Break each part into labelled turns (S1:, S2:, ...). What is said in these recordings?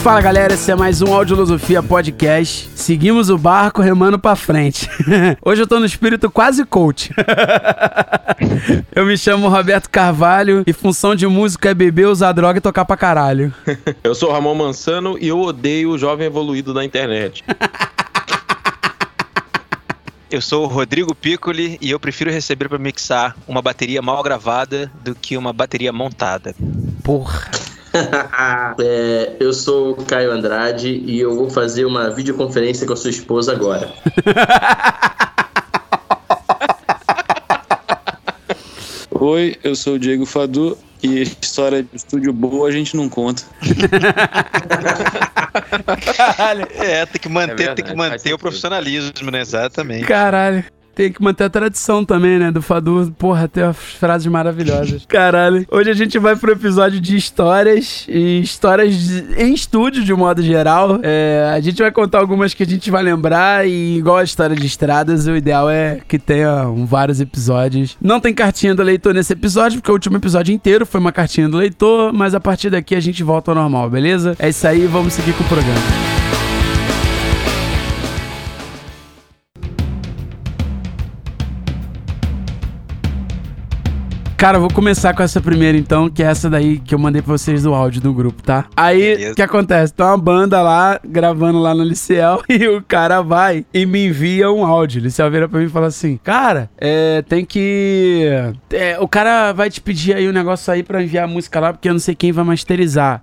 S1: Fala galera, esse é mais um Audiolosofia Podcast. Seguimos o barco remando pra frente. Hoje eu tô no espírito quase coach. Eu me chamo Roberto Carvalho e função de músico é beber, usar droga e tocar pra caralho.
S2: Eu sou Ramon Mansano e eu odeio o jovem evoluído da internet.
S3: Eu sou o Rodrigo Piccoli e eu prefiro receber pra mixar uma bateria mal gravada do que uma bateria montada.
S1: Porra.
S4: Eu sou o Caio Andrade e eu vou fazer uma videoconferência com a sua esposa agora.
S5: Oi, eu sou o Diego Fadu e história de estúdio boa a gente não conta.
S3: Caralho. Tem que manter o profissionalismo, né? Exatamente.
S1: Caralho. Tem que manter a tradição também, né? Do Fadu. Porra, tem umas frases maravilhosas. Caralho. Hoje a gente vai pro episódio de histórias. E histórias em estúdio, de um modo geral. A gente vai contar algumas que a gente vai lembrar. E igual a história de estradas, o ideal é que tenha vários episódios. Não tem cartinha do leitor nesse episódio, porque o último episódio inteiro foi uma cartinha do leitor. Mas a partir daqui a gente volta ao normal, beleza? É isso aí, vamos seguir com o programa. Cara, eu vou começar com essa primeira então, que é essa daí que eu mandei pra vocês do áudio do grupo, tá? Aí, o que acontece? Tem uma banda lá, gravando lá no Liceu, e o cara vai e me envia um áudio. O Liceu vira pra mim e fala assim, cara, tem que... o cara vai te pedir aí um negócio aí pra enviar a música lá, porque eu não sei quem vai masterizar.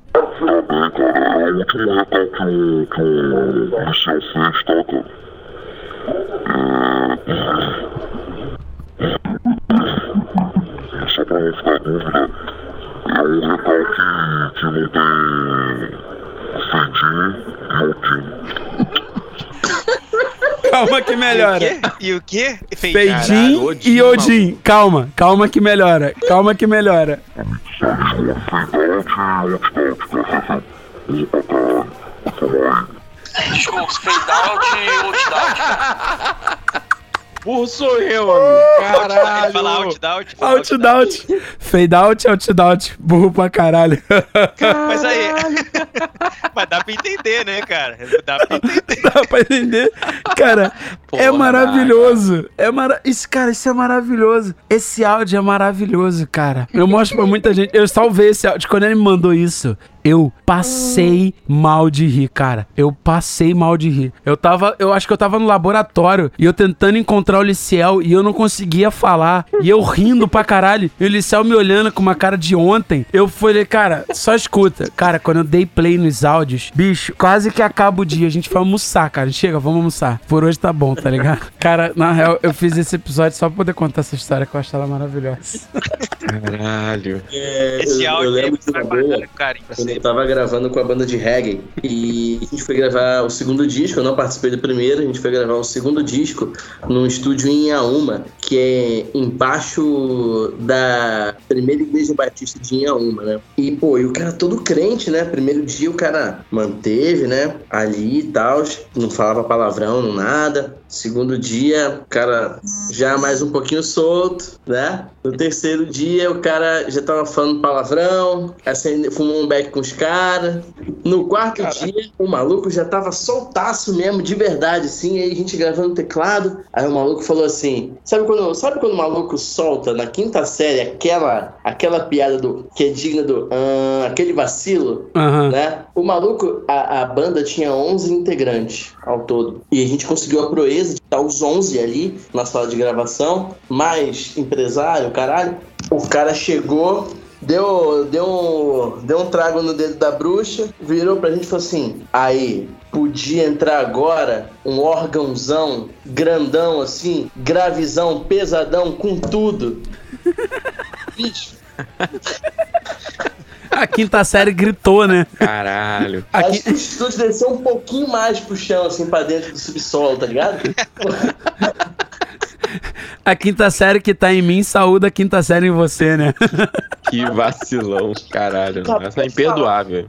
S6: Só pra não ficar dúvida, aí o local que não tem Feidin e Odin.
S1: Calma que melhora.
S3: E o quê?
S1: Feidin e Odin. Calma que melhora. Calma que melhora.
S7: Desculpa, fade out e out out.
S2: Burro sou eu, amigo. Caralho.
S3: Ele fala out-out.
S1: Out-out. Fade out, out-out. Burro pra caralho.
S3: Mas aí... Mas dá pra entender, né, cara? Dá
S1: pra entender. Cara, porra, é maravilhoso. Isso é maravilhoso. Esse áudio é maravilhoso, cara. Eu mostro pra muita gente. Eu salvei esse áudio. Quando ele me mandou isso, eu passei mal de rir, cara. Eu acho que eu tava no laboratório e eu tentando encontrar o Liciel e eu não conseguia falar. E eu rindo pra caralho. E o Liciel me olhando com uma cara de ontem. Eu falei, cara, só escuta. Cara, quando eu dei play nos áudios, bicho, quase que acaba o dia. A gente foi almoçar, cara. Chega, vamos almoçar. Por hoje tá bom, tá ligado? Cara, na real, eu fiz esse episódio só pra poder contar essa história que eu acho ela maravilhosa.
S2: Caralho.
S3: Esse áudio
S4: eu lembro
S3: vai guardando carinho pra sempre.
S4: Eu tava gravando com a banda de reggae e a gente foi gravar o segundo disco. Eu não participei do primeiro, a gente foi gravar o segundo disco num estúdio em Inhaúma, que é embaixo da primeira igreja batista de Inhaúma, né? E, e o cara todo crente, né? Primeiro dia o cara manteve, né? Ali e tal, não falava palavrão, não nada. Segundo dia, o cara já mais um pouquinho solto, né? No terceiro dia, o cara já tava falando palavrão, fumou um beck com os caras. No quarto dia, o maluco já tava soltaço mesmo, de verdade, assim. Aí a gente gravando teclado. Aí o maluco falou assim, sabe quando o maluco solta na quinta série aquela piada que é digna do aquele vacilo, né? O maluco, a banda tinha 11 integrantes ao todo. E a gente conseguiu a proeza de estar os 11 ali na sala de gravação, mais empresário, caralho. O cara chegou, deu um trago no dedo da bruxa, virou pra gente e falou assim, aí, podia entrar agora um órgãozão grandão assim, gravizão, pesadão, com tudo. Bicho.
S1: A quinta série gritou, né?
S2: Caralho.
S4: Acho que o estúdio desceu um pouquinho mais pro chão, assim, pra dentro do subsolo, tá ligado?
S1: A quinta série que tá em mim, saúda a quinta série em você, né?
S2: Que vacilão, caralho. Essa é imperdoável.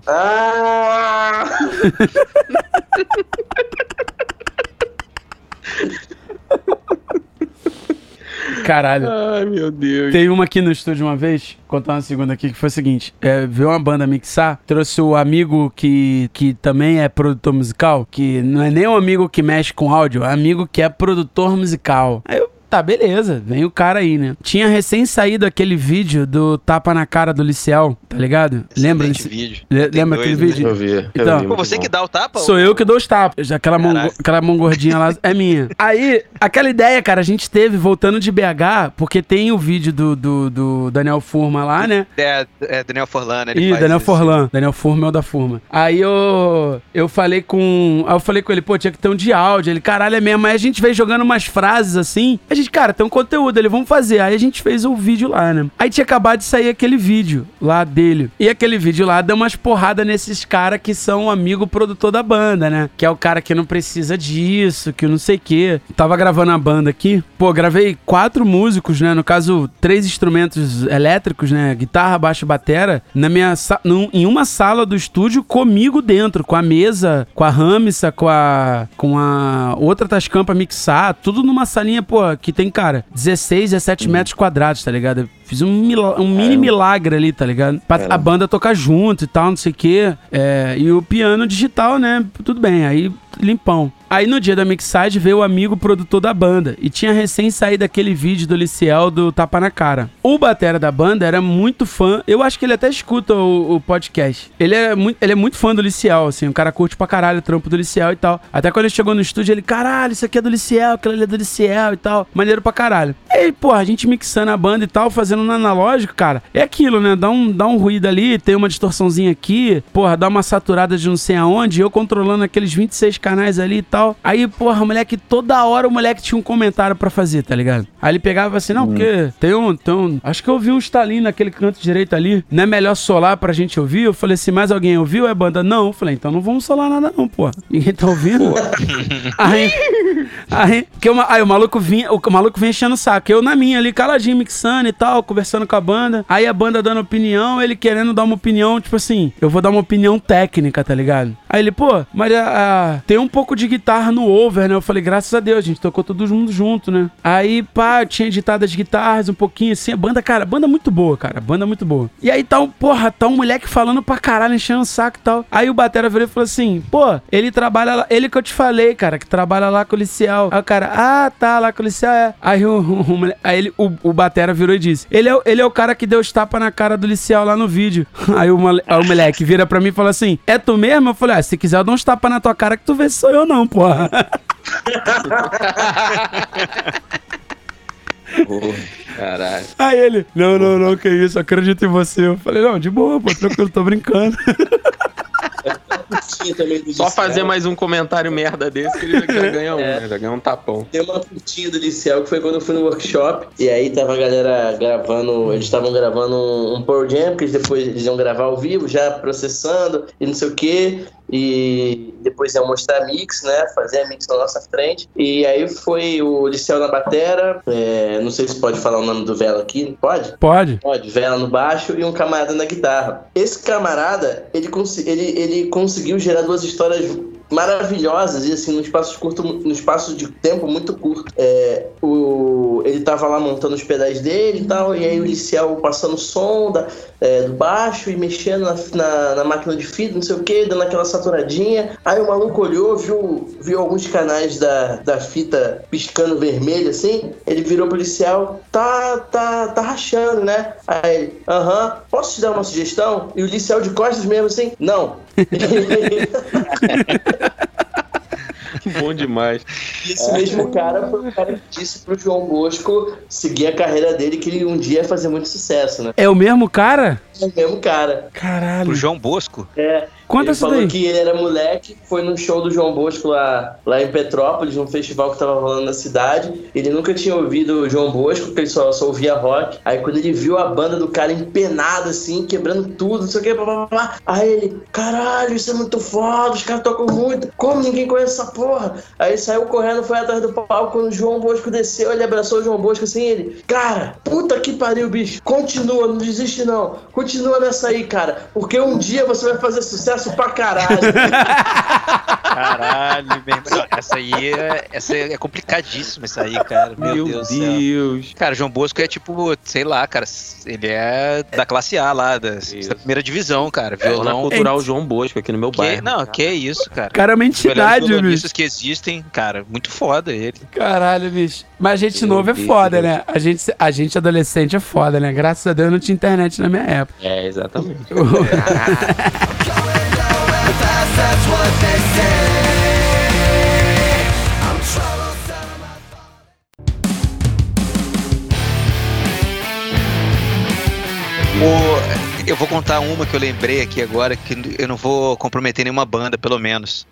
S1: Caralho.
S2: Ai, meu Deus.
S1: Tem uma aqui no estúdio uma vez, contar uma segunda aqui, que foi o seguinte. Veio uma banda mixar, trouxe o amigo que também é produtor musical, que não é nem um amigo que mexe com áudio, é amigo que é produtor musical. Aí eu, tá, beleza, vem o cara aí, né? Tinha recém saído aquele vídeo do tapa na cara do Liceu, tá ligado? Lembra desse
S3: vídeo?
S1: Lembra aquele vídeo?
S2: Eu vi.
S1: Então,
S3: Pô, você que dá o tapa?
S1: Sou eu que dou os tapas. Aquela mão gordinha lá é minha. Aí, aquela ideia, cara, a gente teve voltando de BH, porque tem o vídeo do Daniel Furman lá, né?
S3: É Daniel Forlan, né?
S1: Ih, Daniel Forlan. Daniel Furman é o da Furman. Aí eu falei com ele, pô, tinha que ter um de áudio. Ele, caralho, é mesmo. Aí a gente veio jogando umas frases assim. A gente, cara, tem um conteúdo ali, vamos fazer. Aí a gente fez o vídeo lá, né? Aí tinha acabado de sair aquele vídeo lá dele. E aquele vídeo lá deu umas porradas nesses caras que são amigo produtor da banda, né? Que é o cara que não precisa disso, que não sei o quê. Tava gravando a banda aqui. Pô, gravei 4 músicos, né? No caso, 3 instrumentos elétricos, né? Guitarra, baixo e batera. Em uma sala do estúdio comigo dentro, com a mesa, com a Ramissa, com a outra Tascam pra mixar. Tudo numa salinha, pô, que tem, cara, 16, 17 metros quadrados, tá ligado? Fiz um mini milagre ali, tá ligado? Pra a banda tocar junto e tal, não sei o quê. E o piano digital, né? Tudo bem, aí limpão. Aí no dia da mixagem veio o amigo produtor da banda e tinha recém saído aquele vídeo do Liciel do Tapa na Cara. O batera da banda era muito fã, eu acho que ele até escuta o podcast. Ele é muito fã do Liciel, assim, o cara curte pra caralho o trampo do Liciel e tal. Até quando ele chegou no estúdio, ele, caralho, isso aqui é do Liciel, aquilo ali é do Liciel e tal. Maneiro pra caralho. E aí, porra, a gente mixando a banda e tal, fazendo no analógico, cara, é aquilo, né? Dá um ruído ali, tem uma distorçãozinha aqui, porra, dá uma saturada de não sei aonde, eu controlando aqueles 26 canais ali e tal. Aí, porra, o moleque, toda hora o moleque tinha um comentário pra fazer, tá ligado? Aí ele pegava assim, não, porque tem um, acho que eu ouvi um estalinho naquele canto direito ali, não é melhor solar pra gente ouvir? Eu falei assim, mais alguém ouviu? É banda? Não. Eu falei, então não vamos solar nada não, porra. Ninguém tá ouvindo? Aí o maluco vinha enchendo o saco. Eu na minha ali, caladinho, mixando e tal, conversando com a banda. Aí a banda dando opinião, ele querendo dar uma opinião, tipo assim, eu vou dar uma opinião técnica, tá ligado? Aí ele, pô, mas tem um pouco de guitarra no over, né? Eu falei, graças a Deus, a gente tocou todo mundo junto, né? Aí, pá, eu tinha editado as guitarras um pouquinho assim. A banda, cara, banda muito boa, cara. Banda muito boa. E aí tá um moleque falando pra caralho, enchendo o saco e tal. Aí o batera virou e falou assim, pô, ele trabalha lá, ele que eu te falei, cara, que trabalha lá com o Liciel. Aí o cara, tá, lá com o Liciel, é. Aí o batera virou e disse, ele é o cara que deu os tapas na cara do Liciel lá no vídeo. Aí o moleque vira pra mim e fala assim, é tu mesmo? Eu falei, se quiser eu dou uns tapas na tua cara que tu vê se sou eu não, porra.
S2: Caralho.
S1: Aí ele, não, que isso, acredito em você. Eu falei, não, de boa, pô, tranquilo, tô brincando.
S2: Só fazer mais um comentário merda desse que ele já ganha né? Já ganha um tapão.
S4: Tem uma curtinha do Liceu que foi quando eu fui no workshop. E aí tava a galera gravando. Eles estavam gravando um Pearl Jam, que depois eles iam gravar ao vivo, já processando e não sei o que. E depois iam mostrar a mix, né? Fazer a mix na nossa frente. E aí foi o Liceu na batera. Não sei se pode falar o nome do Vela aqui. Pode?
S1: Pode.
S4: Vela no baixo e um camarada na guitarra. Esse camarada, ele conseguiu gerar 2 histórias maravilhosas e assim, num espaço de tempo muito curto. Ele tava lá montando os pedais dele e tal, e aí o Liciel passando o som do baixo e mexendo na máquina de fita, não sei o que, dando aquela saturadinha. Aí o maluco olhou, viu alguns canais da fita piscando vermelho assim, ele virou pro Liciel, tá rachando, né? Aí ele, posso te dar uma sugestão? E o Liciel de costas mesmo assim, não.
S2: Bom demais.
S4: Esse mesmo cara foi o cara que disse pro João Bosco seguir a carreira dele, que ele um dia ia fazer muito sucesso, né?
S1: É o mesmo cara?
S4: É o mesmo cara.
S1: Caralho.
S3: Pro João Bosco?
S1: Conta
S4: ele
S1: isso
S4: falou
S1: daí.
S4: Que ele era moleque, foi num show do João Bosco lá em Petrópolis, num festival que tava rolando na cidade. Ele nunca tinha ouvido o João Bosco, porque ele só ouvia rock. Aí quando ele viu a banda do cara empenada assim, quebrando tudo, não sei o que, blá. Aí ele, caralho, isso é muito foda, os caras tocam muito, como ninguém conhece essa porra? Aí ele saiu correndo, foi atrás do palco, quando o João Bosco desceu, ele abraçou o João Bosco assim, ele, cara, puta que pariu, bicho, continua, não desiste não, continua nessa aí, cara, porque um dia você vai fazer sucesso pra caralho.
S3: Caralho, meu irmão. Não, essa é complicadíssima, isso aí, cara. Meu Deus do céu. Cara, João Bosco é tipo, sei lá, cara, ele é da classe A lá, da primeira divisão, cara. Violão
S2: cultural João Bosco aqui no meu bairro.
S3: Não, que é isso, cara.
S1: Cara, é uma entidade, bicho.
S3: Que existem, cara, muito foda ele.
S1: Caralho, bicho. Mas gente nova é foda, né? A gente adolescente é foda, né? Graças a Deus não tinha internet na minha época.
S2: É, exatamente.
S3: Eu vou contar uma que eu lembrei aqui agora, que eu não vou comprometer nenhuma banda, pelo menos.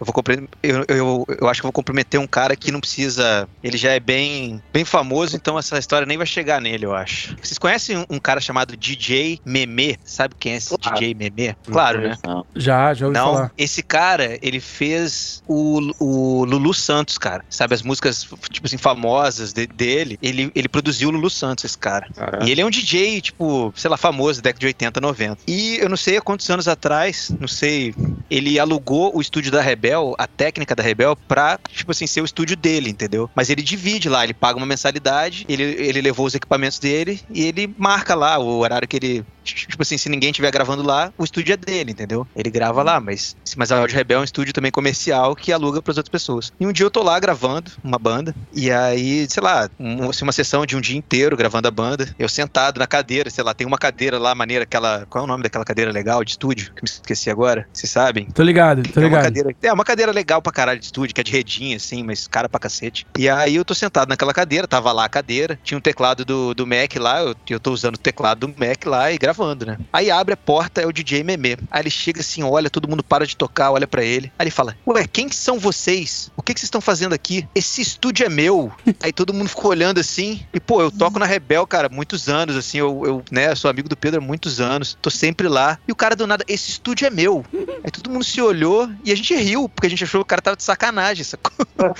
S3: Eu acho que eu vou comprometer um cara que não precisa... Ele já é bem famoso, então essa história nem vai chegar nele, eu acho. Vocês conhecem um cara chamado DJ Memê? Sabe quem é esse DJ Memê? Claro, né?
S1: Já ouvi falar.
S3: Esse cara, ele fez o Lulu Santos, cara. Sabe, as músicas, tipo assim, famosas dele. Ele produziu o Lulu Santos, esse cara. Caramba. E ele é um DJ, tipo, sei lá, famoso, década de 80, 90. E eu não sei há quantos anos atrás, não sei, ele alugou o estúdio da Rebel, a técnica da Rebel, pra, tipo assim, ser o estúdio dele, entendeu? Mas ele divide lá, ele paga uma mensalidade, ele levou os equipamentos dele e ele marca lá o horário que ele... Tipo assim, se ninguém estiver gravando lá, o estúdio é dele, entendeu? Ele grava lá, mas a Audio Rebel é um estúdio também comercial que aluga pras outras pessoas. E um dia eu tô lá gravando uma banda, e aí, sei lá, uma sessão de um dia inteiro gravando a banda, eu sentado na cadeira, sei lá, tem uma cadeira lá, maneira, aquela... Qual é o nome daquela cadeira legal de estúdio? Que me esqueci agora, vocês sabem?
S1: Tô ligado.
S3: Uma cadeira legal pra caralho de estúdio, que é de redinha, assim, mas cara pra cacete. E aí eu tô sentado naquela cadeira, tava lá a cadeira, tinha um teclado do Mac lá, eu tô usando o teclado do Mac lá e gravando, né? Aí abre a porta, é o DJ Memê. Aí ele chega assim, olha, todo mundo para de tocar, olha pra ele. Aí ele fala, ué, quem são vocês? O que vocês estão fazendo aqui? Esse estúdio é meu. Aí todo mundo ficou olhando assim, e pô, eu toco na Rebel, cara, muitos anos, assim, eu sou amigo do Pedro há muitos anos, tô sempre lá. E o cara do nada, esse estúdio é meu. Aí todo mundo se olhou e a gente riu, porque a gente achou que o cara tava de sacanagem, sacou?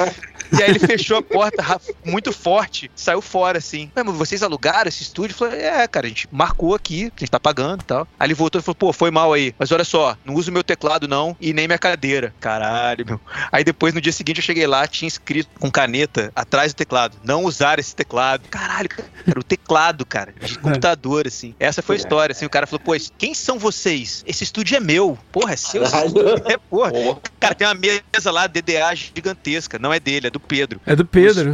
S3: E aí ele fechou a porta muito forte, saiu fora, assim. Mas vocês alugaram esse estúdio? Eu falei, cara, a gente marcou aqui, a gente tá pagando e tal. Aí ele voltou e falou, pô, foi mal aí. Mas olha só, não uso meu teclado não e nem minha cadeira. Caralho, meu. Aí depois, no dia seguinte, eu cheguei lá, tinha escrito com caneta, atrás do teclado, não usar esse teclado. Caralho, era o teclado, cara, de computador, assim. Essa foi a história, assim. O cara falou, pô, quem são vocês? Esse estúdio é meu. Porra, é seu? Porra. Cara, tem uma mesa lá, DDA gigantesca. Não é dele, é do Pedro.
S1: É do Pedro.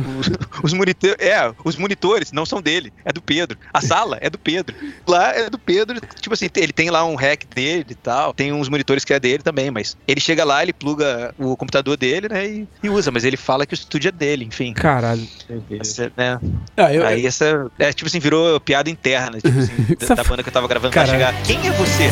S3: Os monitores não são dele, é do Pedro. A sala é do Pedro. Lá é do Pedro. Tipo assim, ele tem lá um rack dele e tal. Tem uns monitores que é dele também, mas ele chega lá, ele pluga o computador dele, né, e usa. Mas ele fala que o estúdio é dele, enfim.
S1: Caralho.
S3: Né? Aí essa, tipo assim, virou piada interna, tipo assim, da banda que eu tava gravando. Pra chegar, quem é você?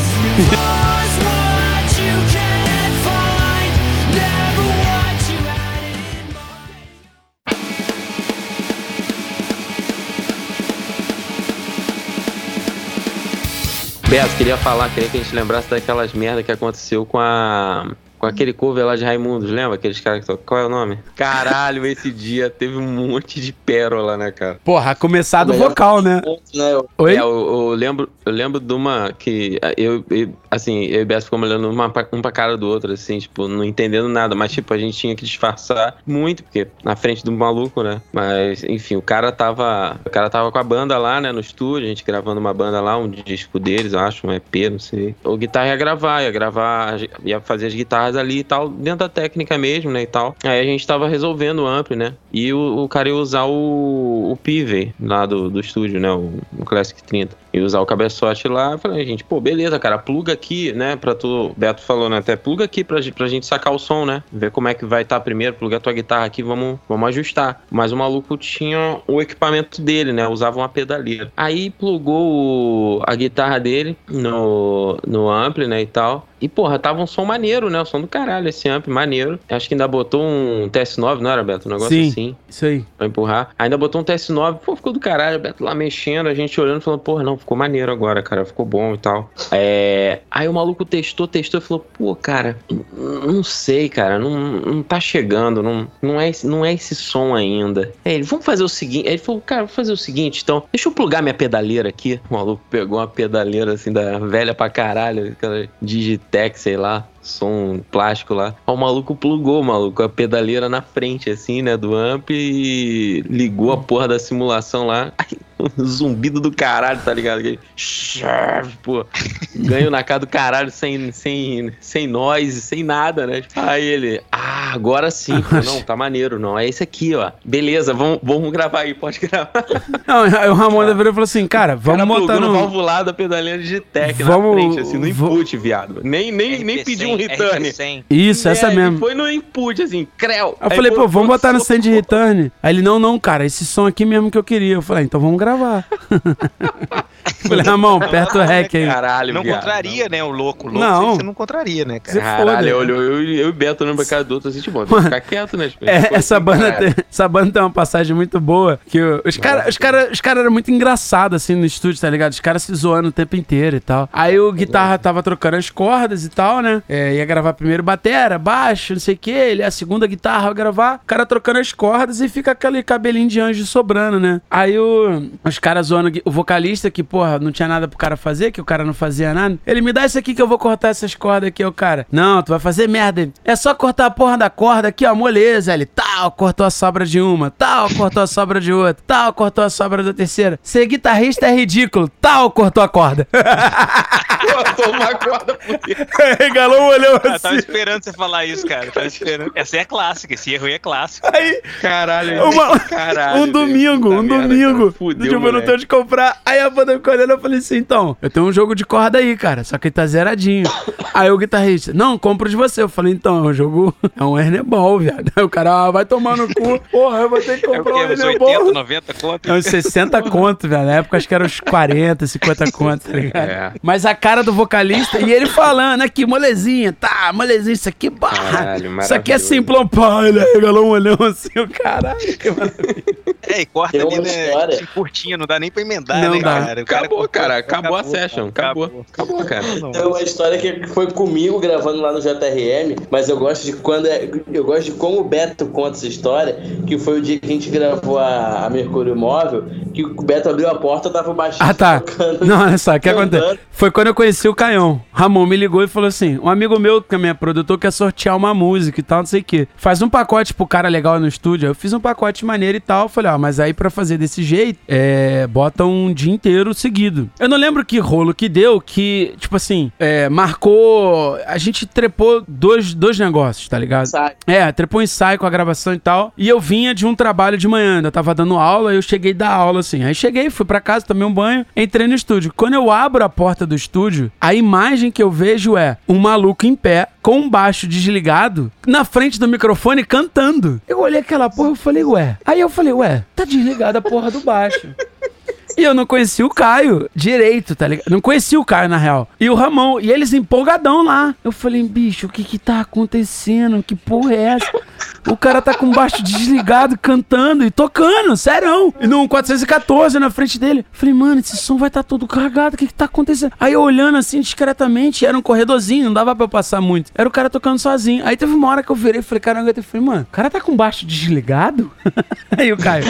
S2: Beto, queria que a gente lembrasse daquelas merda que aconteceu com aquele cover lá de Raimundos, lembra? Aqueles caras que tocam. Qual é o nome? Caralho, esse dia teve um monte de pérola, né, cara?
S1: Porra, começar do vocal, né?
S2: Oi? Eu lembro de uma que eu e o Beto ficamos olhando um pra cara do outro, assim, tipo, não entendendo nada, mas tipo, a gente tinha que disfarçar muito, porque na frente do maluco, né? Mas, enfim, o cara tava com a banda lá, né, no estúdio, a gente gravando uma banda lá, um disco deles, eu acho, um EP, não sei. O guitarra ia fazer as guitarras ali e tal, dentro da técnica mesmo, né, e tal. Aí a gente tava resolvendo o ampli, né, e o cara ia usar o Pivey lá do estúdio, né, o Classic 30. Ia usar o cabeçote lá, eu falei, gente, pô, beleza, cara, pluga aqui, né, o Beto falou, né, até pluga aqui pra gente sacar o som, né, ver como é que vai estar primeiro, pluga a tua guitarra aqui, vamos ajustar. Mas o maluco tinha o equipamento dele, né, usava uma pedaleira. Aí plugou a guitarra dele no ampli, né, e tal. E, porra, tava um som maneiro, né? O som do caralho, esse amp, maneiro. Acho que ainda botou um TS9, não era, Beto? Um negócio
S1: Sim,
S2: assim.
S1: Isso aí.
S2: Pra empurrar. Ainda botou um TS9, pô, ficou do caralho. O Beto lá mexendo, a gente olhando, falando, porra, não, ficou maneiro agora, cara. Ficou bom e tal. Aí o maluco testou e falou, pô, cara, não sei, cara. Não tá chegando, não é esse som ainda. Aí ele, vamos fazer o seguinte. Aí ele falou, cara, vou fazer o seguinte, então, deixa eu plugar minha pedaleira aqui. O maluco pegou uma pedaleira, assim, da velha pra caralho, aquela digital Logitech, sei lá, som plástico lá. O maluco plugou, a pedaleira na frente, assim, né, do amp e ligou a porra da simulação lá. Aí, um zumbido do caralho, tá ligado? Pô, ganho na cara do caralho sem noise, sem nada, né? Aí ele, agora sim, pô, não, tá maneiro, não, é esse aqui, ó. Beleza, vamos gravar aí, pode gravar.
S1: Não, aí o Ramon virou e falou assim, cara, vamos montar no
S2: valvulado a pedaleira de tech na frente, assim, no input, viado. Nem pediu um return.
S1: Isso, essa mesmo.
S2: Foi no input, assim, creu.
S1: Eu falei, pô, vamos botar no stand de return. Aí ele, não, cara, esse som aqui mesmo que eu queria. Eu falei, então vamos gravar. Falei, Ramon, aperta o REC aí.
S3: Caralho, não contraria, né, o louco.
S1: Não.
S3: Você não contraria, né, cara?
S2: Caralho, eu e o Beto olhando pra cara do outro, assim, tipo, tem que ficar quieto, né?
S1: Essa banda tem uma passagem muito boa, que os caras eram muito engraçados, assim, no estúdio, tá ligado? Os caras se zoando o tempo inteiro e tal. Aí o guitarra tava trocando as cordas e tal, né? Ia gravar primeiro batera, baixo, não sei o que, ele a segunda guitarra ia gravar, o cara trocando as cordas e fica aquele cabelinho de anjo sobrando, né? Aí os caras zoando o vocalista, que, porra, não tinha nada pro cara fazer, que o cara não fazia nada. Ele, me dá isso aqui que eu vou cortar essas cordas aqui, o cara. Não, tu vai fazer merda. É só cortar a porra da corda aqui, ó, moleza. Ele, tal, cortou a sobra de uma, tal, cortou a sobra de outra, tal, cortou a sobra da terceira. Ser guitarrista é ridículo, tal, cortou a corda.
S2: Cortou uma corda por quê?
S1: Galão olhou assim.
S3: Eu tava esperando você falar isso, cara. Tava esperando. Essa é clássica, esse erro aí é clássico.
S1: Aí,
S2: caralho.
S1: Um domingo.
S2: Fudeu,
S1: tipo, eu não tenho de comprar. Aí a banda ficou olhando, eu falei assim, então, eu tenho um jogo de corda aí, cara, só que ele tá zeradinho. Aí o guitarrista, não, compro de você. Eu falei, então, é um jogo, é um Hernebol, viado. Aí o cara, vai tomar no cu. Porra, eu vou ter que comprar um Hernebol.
S3: 80, 90 conto?
S1: É uns 60 conto, velho. Na época acho que era uns 40, 50 conto, tá ligado?
S2: É.
S1: Mas a cara do vocalista, e ele falando aqui, molezinha, tá, molezinha, isso aqui, barra.
S2: Caralho,
S1: isso aqui é simplão, pá. Ele regalou um olhão assim, o caralho, que maravilha.
S3: E corta ali, né, curtinha, não dá nem pra emendar,
S1: não
S3: né,
S1: dá.
S3: cara?
S2: Acabou a session, acabou, cara.
S4: Tem uma história que foi comigo gravando lá no JRM, mas eu gosto de como o Beto conta essa história, que foi o dia que a gente gravou a Mercúrio Móvel, que o Beto abriu a porta, tava o baixista tocando.
S1: Não, olha só, o que aconteceu? Foi quando eu conheci o Caião. Ramon me ligou e falou assim, um amigo meu, que também é produtor, quer sortear uma música e tal, não sei o quê. Faz um pacote pro cara legal no estúdio. Eu fiz um pacote maneiro e tal. Falei, mas aí pra fazer desse jeito, bota um dia inteiro seguido. Eu não lembro que rolo que deu, que, tipo assim, marcou... A gente trepou dois negócios, tá ligado?
S4: Ensaio.
S1: Trepou um ensaio com a gravação e tal. E eu vinha de um trabalho de manhã, ainda tava dando aula, eu cheguei da aula, assim. Aí cheguei, fui pra casa, tomei um banho, entrei no estúdio. Quando eu abro a porta do estúdio, a imagem que eu vejo é um maluco em pé, com um baixo desligado, na frente do microfone, cantando. Eu olhei aquela porra e falei, ué. Aí eu falei, tá desligada a porra do baixo. E eu não conhecia o Caio direito, tá ligado? Não conhecia o Caio, na real. E o Ramon, e eles empolgadão lá. Eu falei, bicho, o que tá acontecendo? Que porra é essa? O cara tá com o baixo desligado, cantando e tocando, sério. E num 414 na frente dele. Eu falei, mano, esse som vai tá todo cagado, o que tá acontecendo? Aí eu olhando assim, discretamente, era um corredorzinho, não dava pra eu passar muito. Era o cara tocando sozinho. Aí teve uma hora que eu virei e falei, caramba, eu falei, mano, o cara tá com o baixo desligado? Aí o Caio...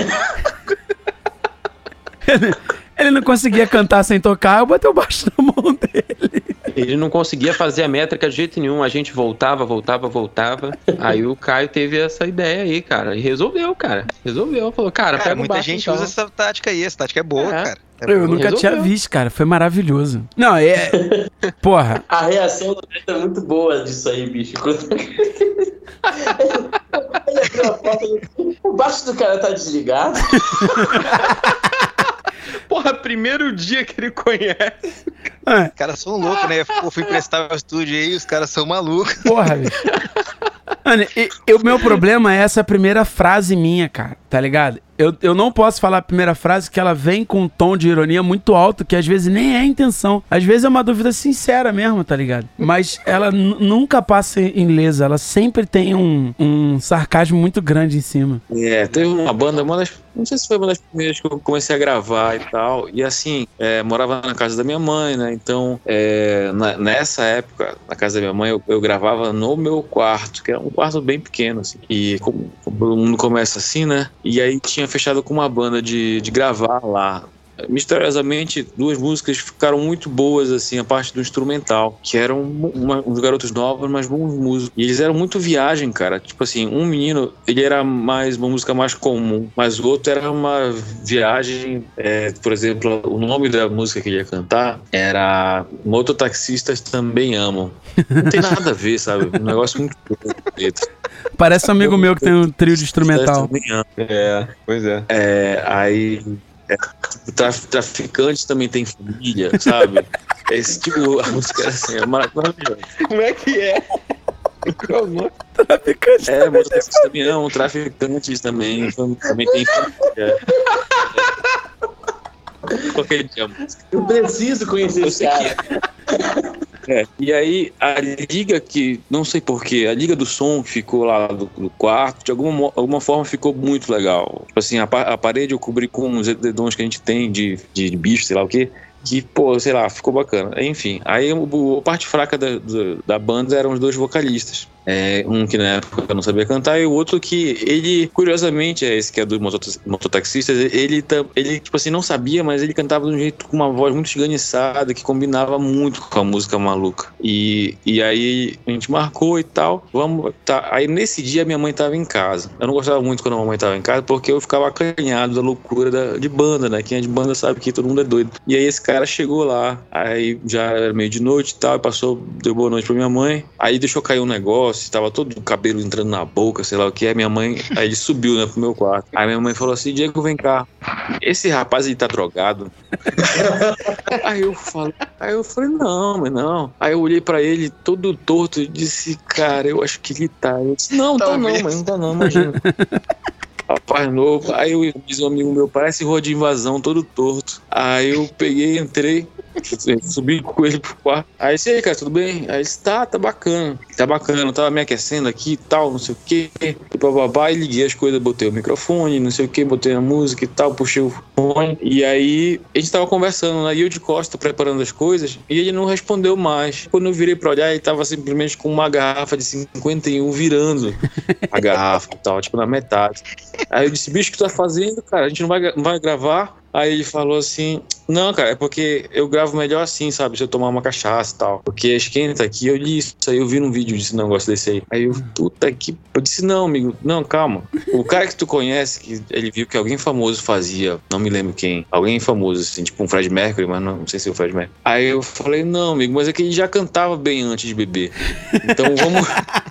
S1: Ele não conseguia cantar sem tocar, eu botei o baixo na mão dele.
S2: Ele não conseguia fazer a métrica de jeito nenhum, a gente voltava. Aí o Caio teve essa ideia aí, cara, e resolveu, falou, cara, pega o
S3: muita
S2: baixo,
S3: gente
S2: então.
S3: usa essa tática aí, essa tática é boa, cara.
S1: Eu nunca tinha visto, cara, foi maravilhoso. Não, porra.
S4: A reação do Beto é muito boa disso aí, bicho. Ele abriu a porta, o baixo do cara tá desligado.
S2: Porra, primeiro dia que ele conhece.
S3: Os caras são loucos, né? Eu fui prestar o estúdio aí e os caras são malucos.
S1: Porra, bicho. Mano, o meu problema é essa primeira frase minha, cara, tá ligado? Eu não posso falar a primeira frase que ela vem com um tom de ironia muito alto, que às vezes nem é a intenção. Às vezes é uma dúvida sincera mesmo, tá ligado? Mas ela nunca passa ilesa, ela sempre tem um sarcasmo muito grande em cima.
S5: Teve uma banda, não sei se foi uma das primeiras que eu comecei a gravar e tal, e assim, morava na casa da minha mãe, né? Então, nessa época, na casa da minha mãe, eu gravava no meu quarto, que era um quarto bem pequeno, assim, e como todo mundo começa assim, né? E aí tinha fechado com uma banda de gravar lá misteriosamente, 2 músicas ficaram muito boas, assim, a parte do instrumental, que eram uns garotos novos, mas bons músicos. E eles eram muito viagem, cara. Tipo assim, um menino, ele era mais uma música mais comum, mas o outro era uma viagem, por exemplo, o nome da música que ele ia cantar era Mototaxistas Também Amam. Não tem nada a ver, sabe? Um negócio muito bonito.
S1: Parece um amigo meu que tem um trio de instrumental.
S2: Pois é.
S5: Aí traficantes também tem família, sabe? Esse tipo, a música assim, é maravilhosa.
S2: Como é que é?
S1: Traficantes
S5: mototaxistas também amam, traficantes também tem família. Qualquer dia a música.
S4: Eu preciso conhecer esse cara.
S5: E aí a liga que, não sei porquê, a liga do som que ficou lá do quarto, de alguma forma ficou muito legal. Tipo assim, a parede eu cobri com uns edredons que a gente tem de bicho, sei lá o quê. Que, pô, sei lá, ficou bacana. Enfim, aí a parte fraca da banda eram os 2 vocalistas. Um que na época eu não sabia cantar e o outro que ele, curiosamente, esse que é dos mototaxistas, ele tipo assim, não sabia, mas ele cantava de um jeito com uma voz muito esganiçada, que combinava muito com a música maluca. E aí a gente marcou e tal. Aí nesse dia minha mãe tava em casa. Eu não gostava muito quando a mamãe tava em casa, porque eu ficava acanhado da loucura de banda, né? Quem é de banda sabe que todo mundo é doido. E aí esse cara chegou lá, aí já era meio de noite e tal, deu boa noite pra minha mãe, aí deixou cair um negócio, tava todo o cabelo entrando na boca, sei lá o que é, minha mãe, aí ele subiu, né, pro meu quarto. Aí minha mãe falou assim: Diego, vem cá, esse rapaz, ele tá drogado? Aí eu falei, não, mas não. Aí eu olhei pra ele todo torto e disse, cara, eu acho que ele tá. Eu disse, não, tá não, mas não tá não, imagina. Rapaz novo, aí eu disse, um amigo meu, parece rua de invasão, todo torto. Aí eu peguei, entrei, subi com ele pro quarto. Aí disse, e aí, cara, tudo bem? Aí disse, tá bacana, eu tava me aquecendo aqui e tal, não sei o que, e bababá, e liguei as coisas, botei o microfone, não sei o que, botei a música e tal, puxei o fone, e aí a gente tava conversando, né, e eu de costa preparando as coisas, e ele não respondeu mais. Quando eu virei pra olhar, ele tava simplesmente com uma garrafa de 51 virando a garrafa e tal, tipo na metade. Aí eu disse, bicho, o que tu tá fazendo, cara? A gente não vai gravar? Aí ele falou assim, não, cara, é porque eu gravo melhor assim, sabe? Se eu tomar uma cachaça e tal. Porque esquenta aqui, eu li isso aí, eu vi num vídeo desse negócio desse aí. Aí eu, puta que... Eu disse, não, amigo, não, calma. O cara que tu conhece, que ele viu que alguém famoso fazia, não me lembro quem, alguém famoso, assim, tipo um Fred Mercury, mas não sei se é o Fred Mercury. Aí eu falei, não, amigo, mas é que ele já cantava bem antes de beber. Então vamos...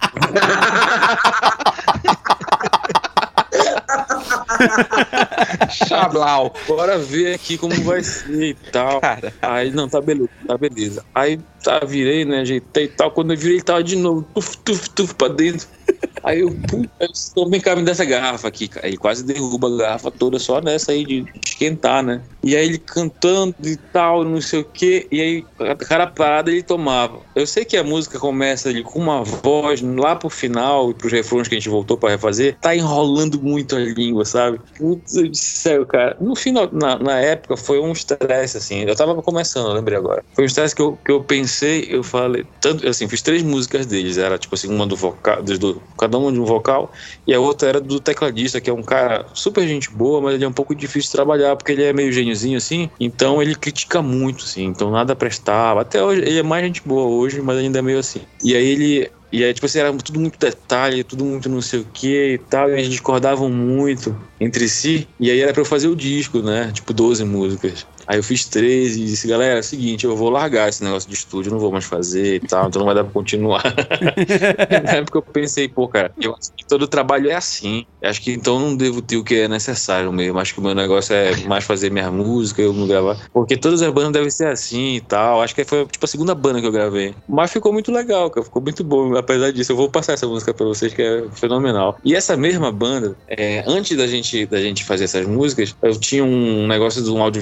S2: Chablau.
S5: Bora ver aqui como vai ser e tal. Cara. Aí, não, tá beleza. Aí, virei, né, ajeitei e tal. Quando eu virei, ele tava de novo, tuf pra dentro. Aí eu, vem cá, me dá essa garrafa aqui, cara. Ele quase derruba a garrafa toda só nessa aí de esquentar, né? E aí ele cantando e tal, não sei o que. E aí, a cara parada, ele tomava. Eu sei que a música começa ali com uma voz lá pro final e pros refrões que a gente voltou pra refazer, tá enrolando muito a língua, sabe? Putz, eu disse, sério, cara. No final, na época, foi um estresse, assim. Eu tava começando, eu lembrei agora. Foi um estresse que eu pensei, eu falei, tanto, assim, fiz 3 músicas deles. Era tipo assim, uma do vocal, cada uma de um vocal, e a outra era do tecladista, que é um cara super gente boa, mas ele é um pouco difícil de trabalhar, porque ele é meio gêniozinho assim, então ele critica muito, assim, então nada prestava. Até hoje, ele é mais gente boa hoje, mas ainda é meio assim. E aí tipo assim, era tudo muito detalhe, tudo muito não sei o que e tal, e eles discordavam muito entre si, e aí era pra eu fazer o disco, né, tipo 12 músicas. Aí eu fiz 3 e disse, galera, é o seguinte, eu vou largar esse negócio de estúdio, não vou mais fazer e tal, então não vai dar pra continuar. Na época eu pensei, pô, cara, eu acho que todo trabalho é assim, acho que então não devo ter o que é necessário mesmo, acho que o meu negócio é mais fazer minha música, eu não gravar, porque todas as bandas devem ser assim e tal, acho que foi tipo a segunda banda que eu gravei, mas ficou muito legal, cara, ficou muito bom, apesar disso, eu vou passar essa música pra vocês que é fenomenal. E essa mesma banda, antes da gente fazer essas músicas, eu tinha um negócio de um audiovisual com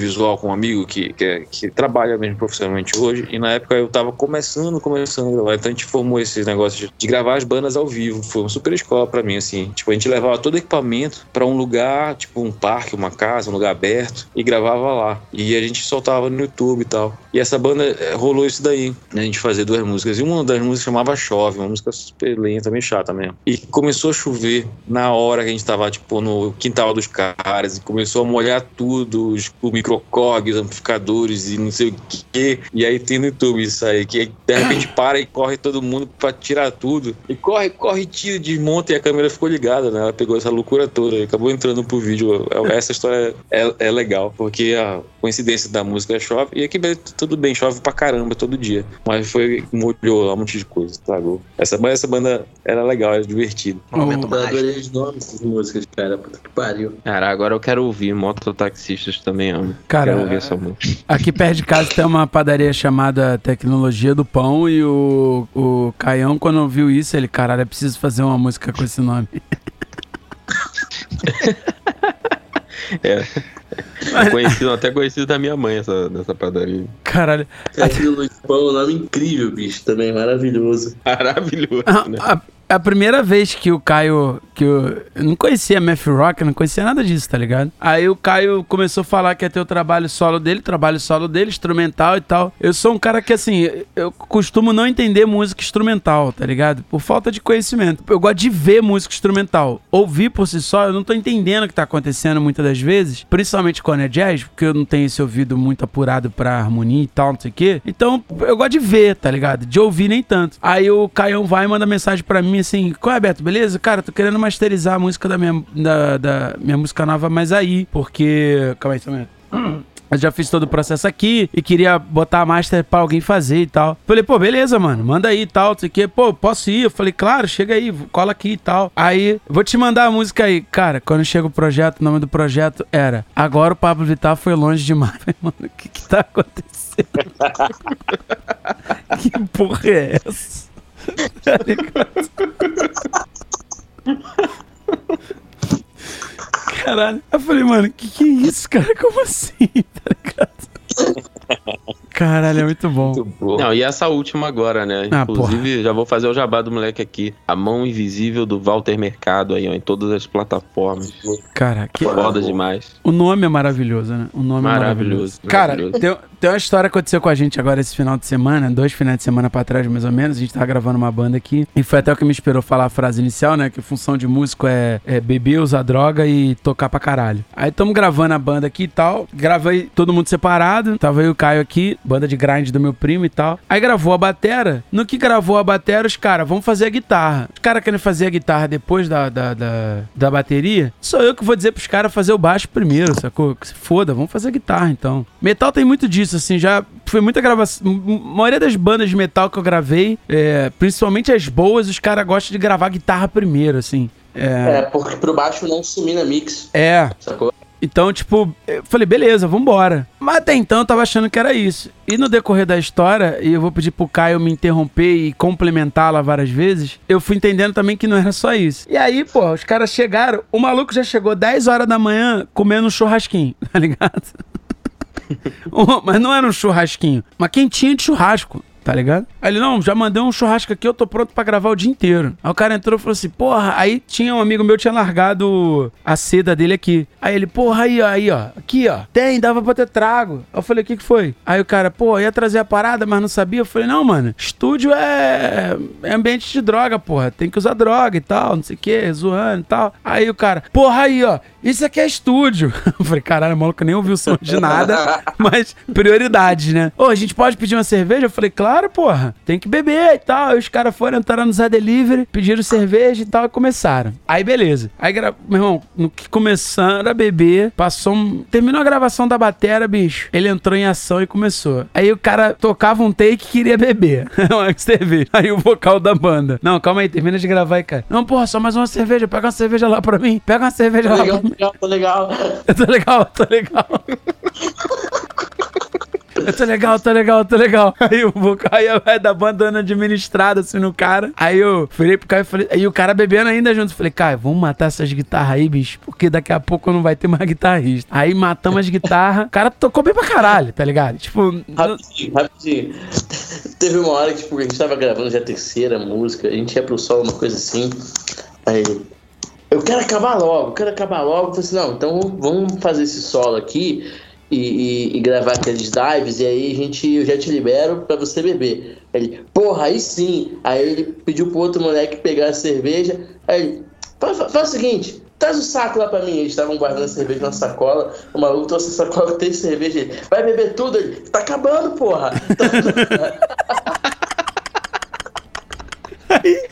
S5: um amigo que trabalha mesmo profissionalmente hoje, e na época eu tava começando a gravar, então a gente formou esse negócio de gravar as bandas ao vivo. Foi uma super escola pra mim, assim. Tipo, a gente levava todo o equipamento pra um lugar, tipo um parque, uma casa, um lugar aberto, e gravava lá. E a gente soltava no YouTube e tal. E essa banda rolou isso daí, né? A gente fazia 2 músicas, e uma das músicas chamava Chove, uma música super lenta, meio chata mesmo. E começou a chover na hora que a gente tava, tipo, no quintal dos caras, e começou a molhar tudo, o microcorg, os amplificadores e não sei o quê. E aí tem no YouTube isso aí, que de repente para e corre todo mundo pra tirar tudo. E corre, tira, desmonta, e a câmera ficou ligada, né? Ela pegou essa loucura toda e acabou entrando pro vídeo. Essa história é legal, porque a coincidência da música Chove, e aqui tudo bem, chove pra caramba todo dia. Mas molhou lá um monte de coisa, estragou. Essa banda era legal, era divertido.
S4: Eu adorei os nomes dessas músicas, cara. Puta que pariu.
S2: Cara, agora eu quero ouvir. Mototaxistas também amo.
S1: Cara,
S2: quero ouvir essa música.
S1: Aqui perto de casa tem uma padaria chamada Tecnologia do Pão, e o Caião, quando viu isso, ele, caralho, é preciso fazer uma música com esse nome.
S2: Até conhecido da minha mãe nessa padaria.
S1: Caralho.
S4: Tecnologia do Pão, um nome incrível, bicho. Também maravilhoso.
S2: Maravilhoso, né?
S1: A primeira vez que o Caio... eu não conhecia Math Rock, não conhecia nada disso, tá ligado? Aí o Caio começou a falar que ia ter o trabalho solo dele, instrumental e tal. Eu sou um cara que, assim, eu costumo não entender música instrumental, tá ligado? Por falta de conhecimento. Eu gosto de ver música instrumental. Ouvir por si só, eu não tô entendendo o que tá acontecendo muitas das vezes, principalmente quando é jazz, porque eu não tenho esse ouvido muito apurado pra harmonia e tal, não sei o quê. Então, eu gosto de ver, tá ligado? De ouvir nem tanto. Aí o Caião vai e manda mensagem pra mim assim: qual é, Beto, beleza? Cara, tô querendo masterizar a música da minha música nova, mas aí, porque... Calma aí, também. Eu já fiz todo o processo aqui e queria botar a master pra alguém fazer e tal. Falei, pô, beleza, mano, manda aí e tal, não sei o quê. Pô, posso ir? Eu falei, claro, chega aí, cola aqui e tal. Aí, vou te mandar a música aí. Cara, quando chega o projeto, o nome do projeto era Agora o Pablo Vittar Foi Longe Demais. Falei, mano, o que tá acontecendo? Que porra é essa? Tá ligado? Caralho. Eu falei, mano, que é isso, cara? Como assim? Tá ligado? Caralho, é muito bom.
S5: Muito bom.
S2: Não, e essa última agora, né? Inclusive, já vou fazer o jabá do moleque aqui. A Mão Invisível do Walter Mercado aí, ó, em todas as plataformas.
S1: Cara, que
S2: foda demais.
S1: O nome é maravilhoso, né? O nome é maravilhoso. Cara, tem uma história que aconteceu com a gente agora esse final de semana, 2 finais de semana pra trás, mais ou menos. A gente tava gravando uma banda aqui, e foi até o que me esperou falar a frase inicial, né? Que a função de músico é beber, usar droga e tocar pra caralho. Aí tamo gravando a banda aqui e tal. Gravei todo mundo separado. Tava eu e o Caio aqui, banda de grind do meu primo e tal. Aí gravou a batera. No que gravou a batera, os caras, vamos fazer a guitarra. Os caras querem fazer a guitarra depois da bateria. Sou eu que vou dizer pros caras fazer o baixo primeiro, sacou? Que se foda, vamos fazer a guitarra então. Metal tem muito disso, assim, já foi muita gravação. A maioria das bandas de metal que eu gravei, principalmente as boas, os caras gostam de gravar guitarra primeiro, assim.
S4: Porque pro baixo não sumir na mix. Sacou?
S1: Então, tipo, eu falei, beleza, vambora. Mas até então eu tava achando que era isso. E no decorrer da história, e eu vou pedir pro Caio me interromper e complementá-la várias vezes, eu fui entendendo também que não era só isso. E aí, pô, os caras chegaram, o maluco já chegou 10 horas da manhã comendo um churrasquinho, tá ligado? Mas não era um churrasquinho, uma quentinha de churrasco. Tá ligado? Aí ele, não, já mandei um churrasco aqui, eu tô pronto pra gravar o dia inteiro. Aí o cara entrou e falou assim, porra, aí tinha um amigo meu que tinha largado a seda dele aqui. Aí ele, porra, aí, ó, aqui, ó, dava pra ter trago. Aí eu falei, o que foi? Aí o cara, pô, ia trazer a parada, mas não sabia. Eu falei, não, mano, estúdio é ambiente de droga, porra, tem que usar droga e tal, não sei o que, zoando e tal. Aí o cara, porra, aí, ó, isso aqui é estúdio. Eu falei, caralho, o maluco nem ouviu o som de nada, mas prioridades, né? Ô, a gente pode pedir uma cerveja? Eu falei, claro, porra, tem que beber e tal. Aí os caras foram, entraram no Zé Delivery, pediram cerveja e tal e começaram. Aí beleza. Aí, meu irmão, no que começaram a beber, terminou a gravação da batera, bicho. Ele entrou em ação e começou. Aí o cara tocava um take e queria beber. Uma cerveja. Aí o vocal da banda, não, calma aí, termina de gravar aí, cara. Não, porra, só mais uma cerveja, pega uma cerveja lá pra mim. Pega uma cerveja lá pra mim.
S4: Tô legal.
S1: Eu tô legal. Eu tô legal. Aí o vocal aí da banda dando administrada assim no cara. Aí eu virei pro Caio e falei, aí o cara bebendo ainda junto. Falei, Caio, vamos matar essas guitarras aí, bicho, porque daqui a pouco não vai ter mais guitarrista. Aí matamos as guitarras. O cara tocou bem pra caralho, tá ligado? Tipo...
S4: Rapidinho. Teve uma hora que tipo, a gente tava gravando já a terceira música, a gente ia pro solo, uma coisa assim. Aí eu quero acabar logo. Eu falei assim, não, então vamos fazer esse solo aqui e gravar aqueles dives, e aí eu já te libero pra você beber. Ele, porra, aí sim. Aí ele pediu pro outro moleque pegar a cerveja. Aí ele, faz o seguinte, traz o saco lá pra mim. Eles estavam guardando a cerveja na sacola. O maluco trouxe a sacola, tem cerveja. Ele, vai beber tudo? Ele, tá acabando, porra.
S1: Aí...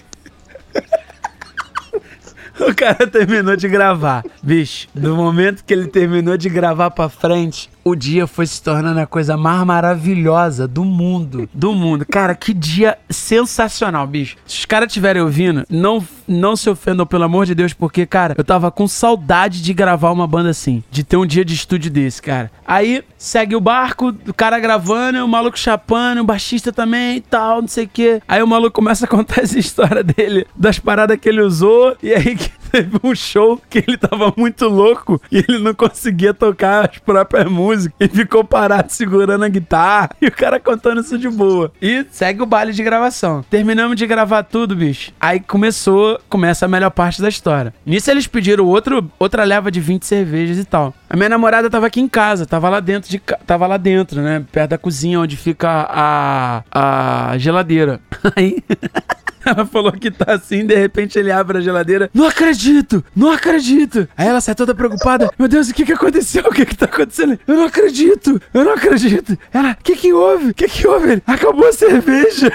S1: O cara terminou de gravar. Bicho, do momento que ele terminou de gravar pra frente, o dia foi se tornando a coisa mais maravilhosa do mundo. Cara, que dia sensacional, bicho. Se os caras estiverem ouvindo, não se ofendam, pelo amor de Deus, porque, cara, eu tava com saudade de gravar uma banda assim. De ter um dia de estúdio desse, cara. Aí, segue o barco, o cara gravando, o maluco chapando, o baixista também e tal, não sei o quê. Aí o maluco começa a contar essa história dele, das paradas que ele usou, e aí que teve um show que ele tava muito louco e ele não conseguia tocar as próprias músicas e ficou parado segurando a guitarra e o cara contando isso de boa. E segue o baile de gravação. Terminamos de gravar tudo, bicho. Aí começa a melhor parte da história. Nisso eles pediram outra leva de 20 cervejas e tal. A minha namorada tava aqui em casa, tava lá dentro, né? Perto da cozinha onde fica a geladeira. Aí... Ela falou que tá assim, de repente ele abre a geladeira. Não acredito! Aí ela sai toda preocupada. Meu Deus, o que aconteceu? O que tá acontecendo? Eu não acredito! Ela, o que houve? Ele, acabou a cerveja!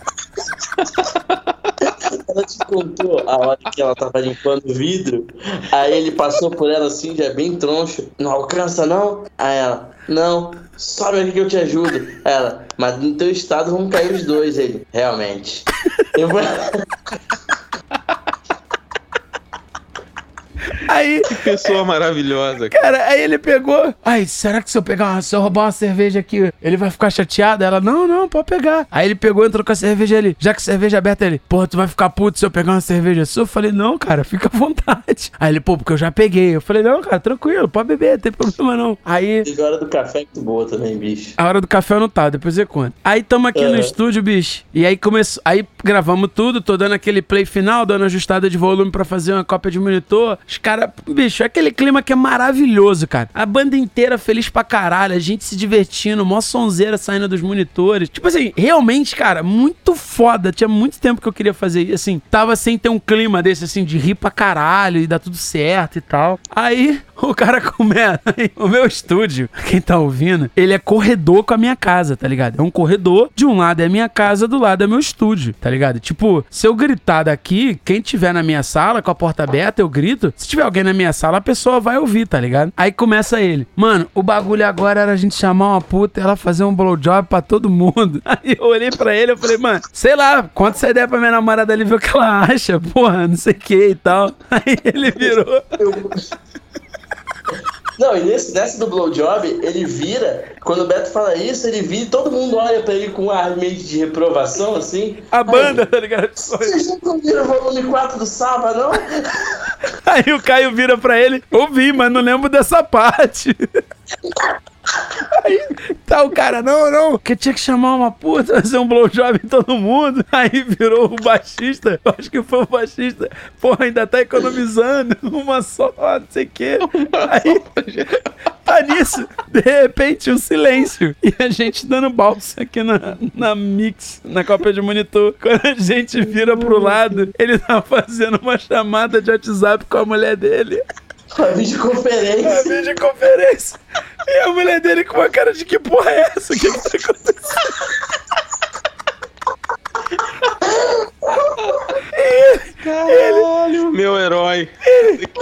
S4: Ela te contou a hora que ela tava limpando o vidro. Aí ele passou por ela assim, já bem troncho. Não alcança não? Aí ela, não, sobe aqui que eu te ajudo. Aí ela, mas no teu estado vão cair os dois. Ele, realmente.
S1: Aí,
S2: que pessoa maravilhosa.
S1: Cara, aí ele pegou. Ai, será que se eu roubar uma cerveja aqui, ele vai ficar chateado? Ela, não, pode pegar. Aí ele pegou, entrou com a cerveja ali. Já que a cerveja é aberta, ele, porra, tu vai ficar puto se eu pegar uma cerveja sua? Eu falei, não, cara, fica à vontade. Aí ele, pô, porque eu já peguei. Eu falei, não, cara, tranquilo, pode beber, não tem problema não. Aí...
S4: Teve a hora do café muito boa também, bicho.
S1: A hora do café eu não tava, depois eu conto. Aí tamo aqui no estúdio, bicho. E aí começou. Aí gravamos tudo, tô dando aquele play final, dando ajustada de volume pra fazer uma cópia de monitor. Os caras, bicho, é aquele clima que é maravilhoso, cara. A banda inteira feliz pra caralho, a gente se divertindo, mó sonzeira saindo dos monitores. Tipo assim, realmente, cara, muito foda. Tinha muito tempo que eu queria fazer, assim, tava sem ter um clima desse, assim, de rir pra caralho e dar tudo certo e tal. Aí, o cara começa. O meu estúdio, quem tá ouvindo, ele é corredor com a minha casa, tá ligado? É um corredor, de um lado é a minha casa, do lado é meu estúdio, tá ligado? Tipo, se eu gritar daqui, quem tiver na minha sala com a porta aberta, eu grito. Se tiver alguém na minha sala, a pessoa vai ouvir, tá ligado? Aí começa ele. Mano, o bagulho agora era a gente chamar uma puta e ela fazer um blowjob pra todo mundo. Aí eu olhei pra ele, eu falei, mano, sei lá, conta essa ideia pra minha namorada ali, ver o que ela acha, porra, não sei o que e tal. Aí ele virou...
S4: Não, e nessa do blowjob, ele vira, quando o Beto fala isso, ele vira e todo mundo olha pra ele com um ar meio de reprovação, assim.
S1: A banda, tá ligado?
S4: Vocês não ouviram o volume 4 do Saba, não?
S1: Aí o Caio vira pra ele, ouvi, mas não lembro dessa parte. Aí tá o cara, não, que tinha que chamar uma puta, fazer um blowjob em todo mundo. Aí virou o baixista, eu acho que foi o baixista. Porra, ainda tá economizando, uma só, não sei o quê. Aí tá nisso, de repente um silêncio. E a gente dando balsa aqui na mix, na cópia de monitor. Quando a gente vira pro lado, ele tá fazendo uma chamada de WhatsApp com a mulher dele.
S4: A videoconferência.
S1: E a mulher dele com uma cara de que porra é essa? O que tá acontecendo?
S2: Caralho, meu herói.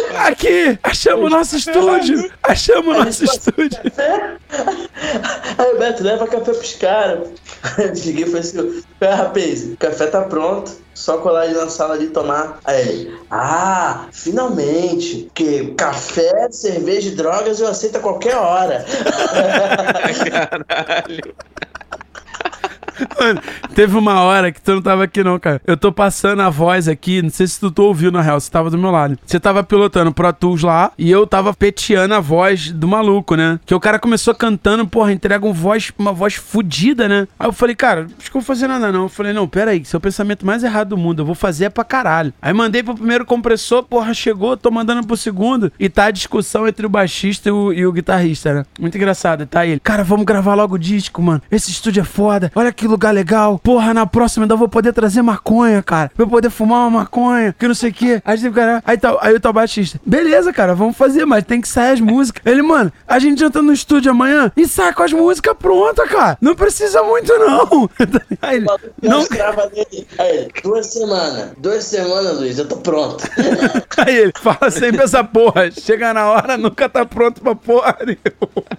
S1: Aqui, achamos o nosso estúdio.
S4: Aí Beto, leva café pros caras. Eu cheguei e falei assim, rapaz, o café tá pronto, só colar ali na sala ali e tomar. Aí ele, finalmente, porque café, cerveja e drogas eu aceito a qualquer hora.
S2: Caralho.
S1: Mano, teve uma hora que tu não tava aqui não, cara. Eu tô passando a voz aqui, não sei se tu ouviu na real, você tava do meu lado. Você tava pilotando Pro Tools lá e eu tava peteando a voz do maluco, né? Que o cara começou cantando, porra, entrega uma voz fodida, né? Aí eu falei, cara, acho que eu vou fazer nada não. Eu falei, não, pera aí, que esse é o pensamento mais errado do mundo, eu vou fazer pra caralho. Aí mandei pro primeiro compressor, porra, chegou, tô mandando pro segundo e tá a discussão entre o baixista e o guitarrista, né? Muito engraçado, tá ele. Cara, vamos gravar logo o disco, mano. Esse estúdio é foda, olha que lugar legal. Porra, na próxima ainda vou poder trazer maconha, cara. Pra eu poder fumar uma maconha, que não sei o que. Aí o tal baixista. Beleza, cara, vamos fazer, mas tem que sair as músicas. Ele, mano, a gente entra no estúdio amanhã e sai com as músicas prontas, cara. Não precisa muito, não. Aí ele, não
S4: grava dele. Aí ele, 2 semanas, Luiz, eu tô pronto.
S1: Aí ele, fala sempre essa porra. Chega na hora, nunca tá pronto pra porra nenhuma.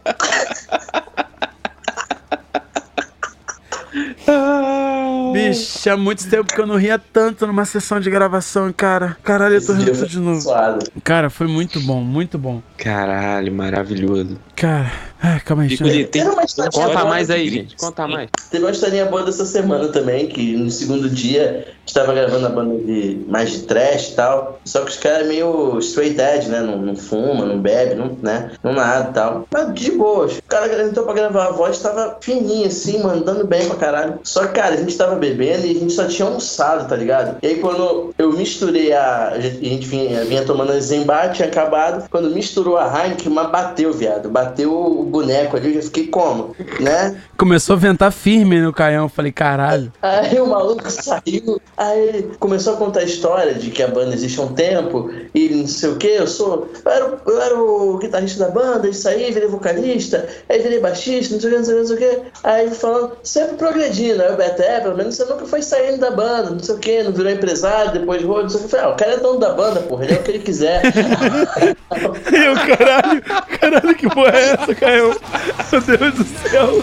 S1: Bicho, há muito tempo que eu não ria tanto numa sessão de gravação, cara. Caralho, eu tô rindo tudo de novo. Cara, foi muito bom, muito bom.
S2: Caralho, maravilhoso.
S1: Cara, calma aí.
S2: Conta mais aí, gente. Conta mais.
S4: Teve uma historinha boa dessa semana também, que no segundo dia a gente tava gravando a banda mais de trash e tal. Só que os caras é meio straight edge, né? Não fuma, não bebe, não nada e tal. Mas de boa. O cara entrou pra gravar a voz, tava fininho assim, mandando bem pra caralho. Só que, cara, a gente tava bebendo e a gente só tinha almoçado, tá ligado? E aí quando eu misturei a gente vinha tomando a Zembá, tinha acabado. Quando misturou a Heineken, mas bateu, viado. Bateu o boneco ali, eu já fiquei como, né?
S1: Começou a ventar firme no Caião, eu falei, caralho.
S4: Aí o maluco saiu, aí ele começou a contar a história de que a banda existe há um tempo e não sei o que, eu era o guitarrista da banda, isso aí, virei vocalista, aí virei baixista, não sei o que. Aí ele falando, sempre progredindo, aí o Beto, pelo menos você nunca foi saindo da banda, não sei o que, não virou empresário, depois não sei o que. Eu falei, o cara é dono da banda, porra, ele é o que ele quiser.
S1: E eu, caralho, que porra é essa, Caio? Meu Deus do céu.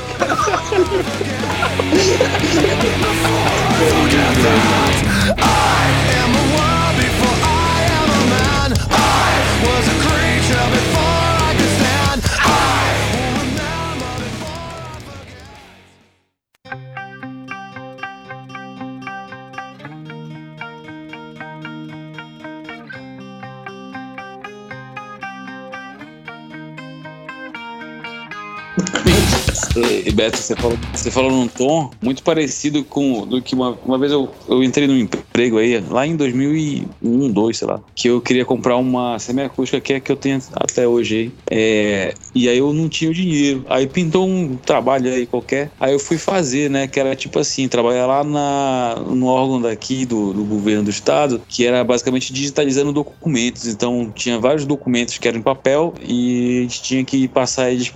S5: E Beto, você falou num tom muito parecido com do que uma vez eu entrei num emprego aí, lá em 2001, 2002, sei lá, que eu queria comprar uma semiacústica que é que eu tenho até hoje aí. E aí eu não tinha o dinheiro. Aí pintou um trabalho aí qualquer. Aí eu fui fazer, né? Que era tipo assim, trabalhar lá no órgão daqui do governo do estado, que era basicamente digitalizando documentos. Então tinha vários documentos que eram em papel e a gente tinha que passar eles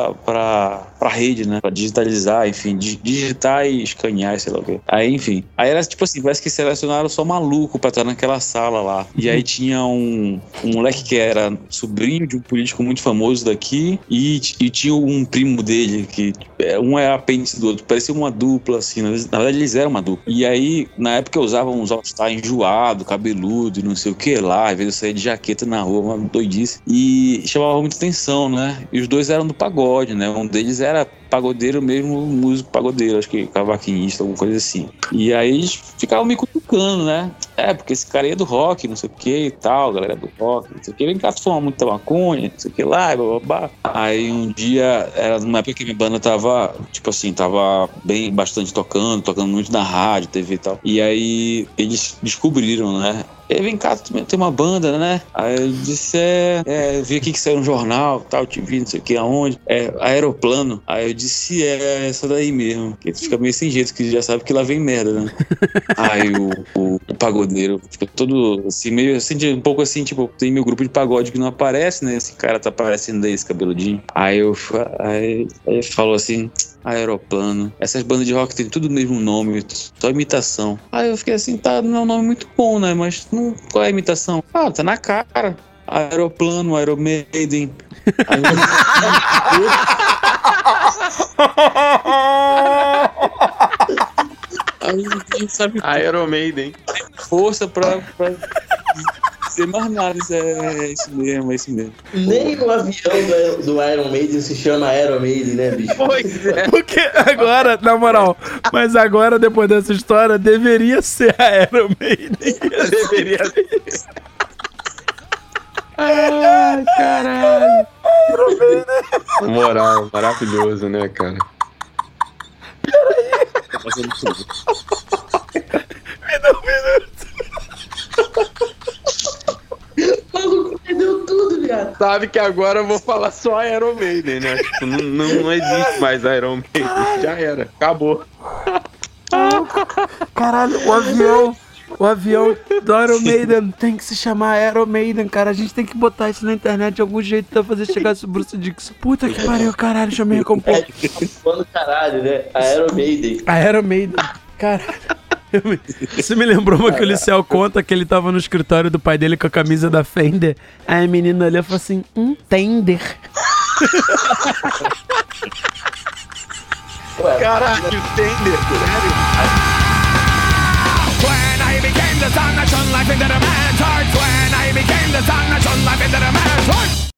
S5: pra rede, né? Pra digitalizar, enfim, digitar e escanear, sei lá o quê. Aí, enfim. Aí era tipo assim, parece que selecionaram só maluco pra estar naquela sala lá. E aí tinha um moleque que era sobrinho de um político muito famoso daqui e tinha um primo dele, que um é apêndice do outro. Parecia uma dupla, assim. Na verdade, eles eram uma dupla. E aí, na época, eu usava uns all-star enjoado, cabeludo e não sei o que lá. Às vezes eu saía de jaqueta na rua, uma doidice. E chamava muita atenção, né? E os dois eram do pagode, né? Um deles era pagodeiro mesmo, músico pagodeiro, acho que cavaquinista, alguma coisa assim. E aí eles ficavam me cutucando, né? Porque esse cara aí é do rock, não sei o que e tal, galera do rock, não sei o que. Vem cá, tu fuma muita maconha, não sei o que lá, bababá. Aí um dia, era numa época que minha banda tava, tipo assim, tava bastante tocando muito na rádio, TV e tal. E aí eles descobriram, né? Vem cá, tu tem uma banda, né? Aí eu disse, vi aqui que saiu no jornal, tal, te vi, não sei o que, aonde. Aeroplano. Aí eu disse, essa daí mesmo. Que tu fica meio sem jeito, que já sabe que lá vem merda, né? Aí o pagodeiro fica todo assim, meio assim, um pouco assim, tipo, tem meu grupo de pagode que não aparece, né? Esse cara tá aparecendo aí, esse cabeludinho. Aí ele falou assim, Aeroplano. Essas bandas de rock tem tudo o mesmo nome, só imitação. Aí eu fiquei assim, tá, não é um nome muito bom, né? Mas qual é a imitação? Tá na cara. Aeroplano, Iron Maiden. Aí Aí a gente sabe
S2: Iron Maiden.
S5: força pra dizer mais nada. Isso é isso mesmo.
S4: Nem o avião do Iron Maiden se chama Iron Maiden, né, bicho?
S2: Pois é.
S1: Porque agora, na moral, mas agora, depois dessa história, deveria ser a Iron Maiden.
S2: Deveria ser. Ai, caralho. Moral, maravilhoso, né, cara?
S5: Tá fazendo tudo.
S1: Me dá um minuto.
S4: O maluco perdeu tudo, viado.
S2: Sabe que agora eu vou falar só Iron Maiden, né? Tipo, não existe mais Iron Maiden. Já era, acabou.
S1: Caralho, o avião do Iron Maiden tem que se chamar Iron Maiden, cara. A gente tem que botar isso na internet de algum jeito pra fazer chegar esse Bruce Dixon. Puta que pariu, caralho, deixa eu me recompor.
S4: Quando caralho, né? A Iron Maiden.
S1: A Iron Maiden, caralho. Isso me lembrou uma que o Liceu conta que ele tava no escritório do pai dele com a camisa da Fender. Aí a menina olhou e falou assim, Tender.
S2: Caralho, Tender, sério?
S8: When I became the sun that shone life into the man's heart. When I became the sun that shone life into the man's heart.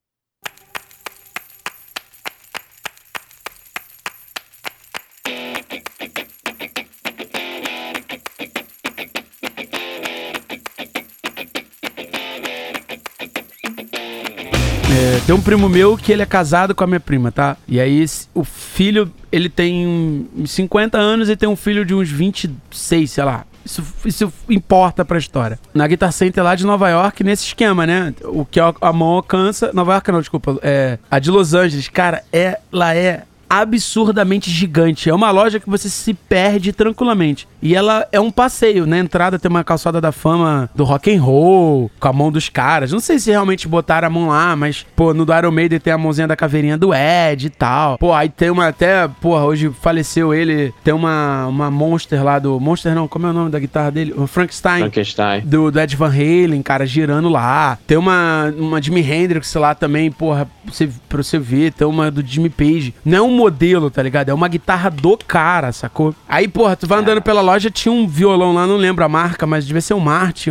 S1: Tem um primo meu que ele é casado com a minha prima, tá? E aí o filho, ele tem 50 anos e tem um filho de uns 26, sei lá. Isso importa pra história. Na Guitar Center lá de Nova York, nesse esquema, né? O que a mão alcança... Nova York não, desculpa. A de Los Angeles, cara, ela é absurdamente gigante. É uma loja que você se perde tranquilamente. E ela é um passeio. Na entrada tem uma calçada da fama do rock and roll, com a mão dos caras. Não sei se realmente botaram a mão lá, mas, pô, no do Iron Maiden tem a mãozinha da caveirinha do Ed e tal. Pô, aí tem uma até, porra, hoje faleceu ele, tem uma Monster lá do... Monster não, como é o nome da guitarra dele? O Frankenstein. Do Ed Van Halen, cara, girando lá. Tem uma Jimi Hendrix lá também, porra, pra você ver. Tem uma do Jimmy Page. Não é um modelo, tá ligado? É uma guitarra do cara, sacou? Aí, porra, tu vai andando pela loja, tinha um violão lá, não lembro a marca, mas devia ser um Martin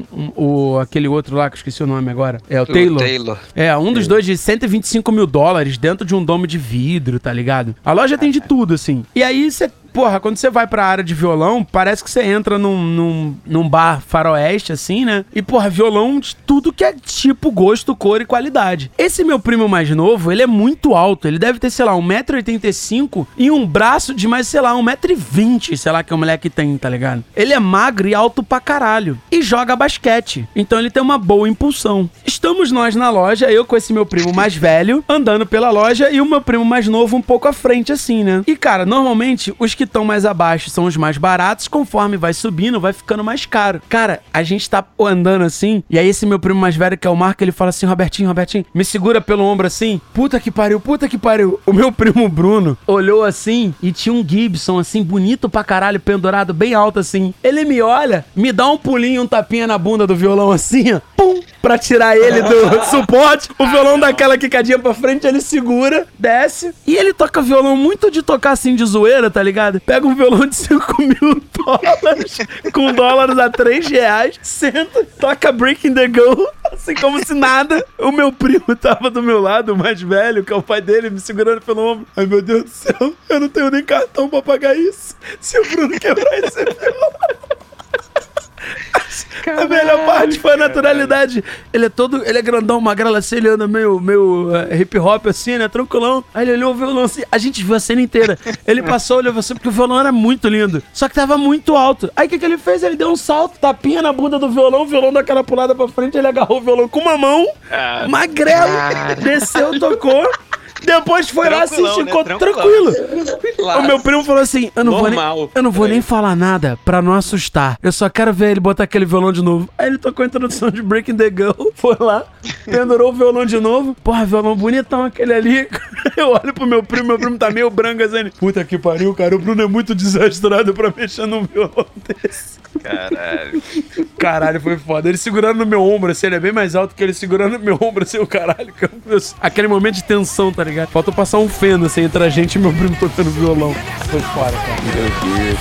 S1: ou aquele outro lá, que eu esqueci o nome agora. É o Taylor. É, um dos dois de $125 mil dentro de um domo de vidro, tá ligado? A loja tem de tudo, assim. E aí, você... Porra, quando você vai pra área de violão, parece que você entra num bar faroeste, assim, né? E, porra, violão de tudo que é tipo, gosto, cor e qualidade. Esse meu primo mais novo, ele é muito alto. Ele deve ter, sei lá, 1,85 m e um braço de mais, sei lá, 1,20 m, sei lá, que o moleque tem, tá ligado? Ele é magro e alto pra caralho. E joga basquete. Então ele tem uma boa impulsão. Estamos nós na loja, eu com esse meu primo mais velho, andando pela loja, e o meu primo mais novo um pouco à frente, assim, né? E, cara, normalmente, os que estão mais abaixo são os mais baratos, conforme vai subindo, vai ficando mais caro. Cara, a gente tá andando assim, e aí esse meu primo mais velho, que é o Marco, ele fala assim, Robertinho, me segura pelo ombro assim, puta que pariu. O meu primo Bruno olhou assim, e tinha um Gibson, assim, bonito pra caralho, pendurado, bem alto assim. Ele me olha, me dá um pulinho, um tapinha na bunda do violão assim, ó, pum, pra tirar ele do suporte. O violão dá aquela quicadinha pra frente, ele segura, desce, e ele toca violão muito de tocar assim de zoeira, tá ligado? Pega um violão de $5 mil, com dólares a R$3, senta, toca Breaking the Girl, assim como se nada. O meu primo tava do meu lado, o mais velho, que é o pai dele, me segurando pelo ombro. Ai, meu Deus do céu, eu não tenho nem cartão pra pagar isso. Se o Bruno quebrar esse violão... Caralho, a melhor parte foi a naturalidade. Ele é grandão, magrelo assim, ele anda meio hip hop assim, né? Tranquilão. Aí ele olhou o violão assim, a gente viu a cena inteira. Ele passou, olhou assim, porque o violão era muito lindo. Só que tava muito alto. Aí o que ele fez? Ele deu um salto, tapinha na bunda do violão, o violão deu aquela pulada pra frente, ele agarrou o violão com uma mão, magrelo, desceu, tocou. Depois foi lá, se esticou, né? Tranquilo. O meu primo falou assim, eu não vou nem falar nada pra não assustar. Eu só quero ver ele botar aquele violão de novo. Aí ele tocou a introdução de Breaking the Girl, foi lá, pendurou o violão de novo. Porra, violão bonitão aquele ali. Eu olho pro meu primo tá meio branco assim. Puta que pariu, cara, o Bruno é muito desastrado pra mexer num violão desse. Caralho, foi foda. Ele segurando no meu ombro, assim, ele é bem mais alto que ele segurando no meu ombro, assim, o caralho. Aquele momento de tensão, tá ligado? Faltou passar um feno, assim, entre a gente e meu primo tocando violão. Foi fora, cara.
S2: Meu Deus,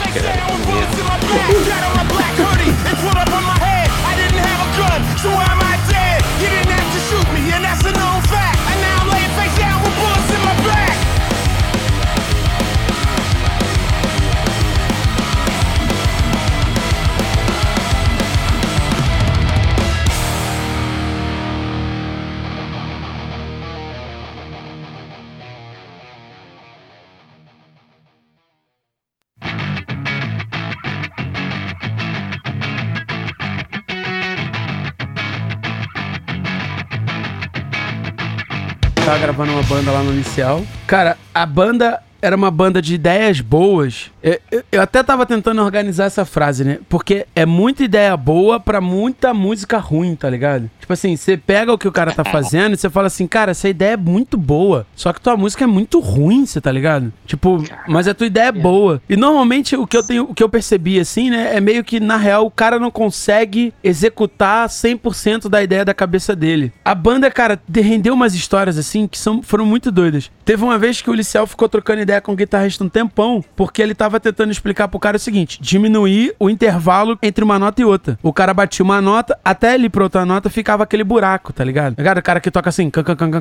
S1: Tava gravando uma banda lá no Inicial. Cara, a banda era uma banda de ideias boas. Eu até tava tentando organizar essa frase, né? Porque é muita ideia boa pra muita música ruim, tá ligado? Tipo assim, você pega o que o cara tá fazendo e você fala assim, cara, essa ideia é muito boa, só que tua música é muito ruim, você tá ligado? Tipo, mas a tua ideia é boa. E normalmente o que eu percebi, assim, né, é meio que, na real, o cara não consegue executar 100% da ideia da cabeça dele. A banda, cara, rendeu umas histórias, assim, que foram muito doidas. Teve uma vez que o Liceu ficou trocando ideia com o guitarrista um tempão, porque ele tava tentando explicar pro cara o seguinte, diminuir o intervalo entre uma nota e outra. O cara batia uma nota, até ele ir pra outra nota ficava aquele buraco, tá ligado? O cara que toca assim,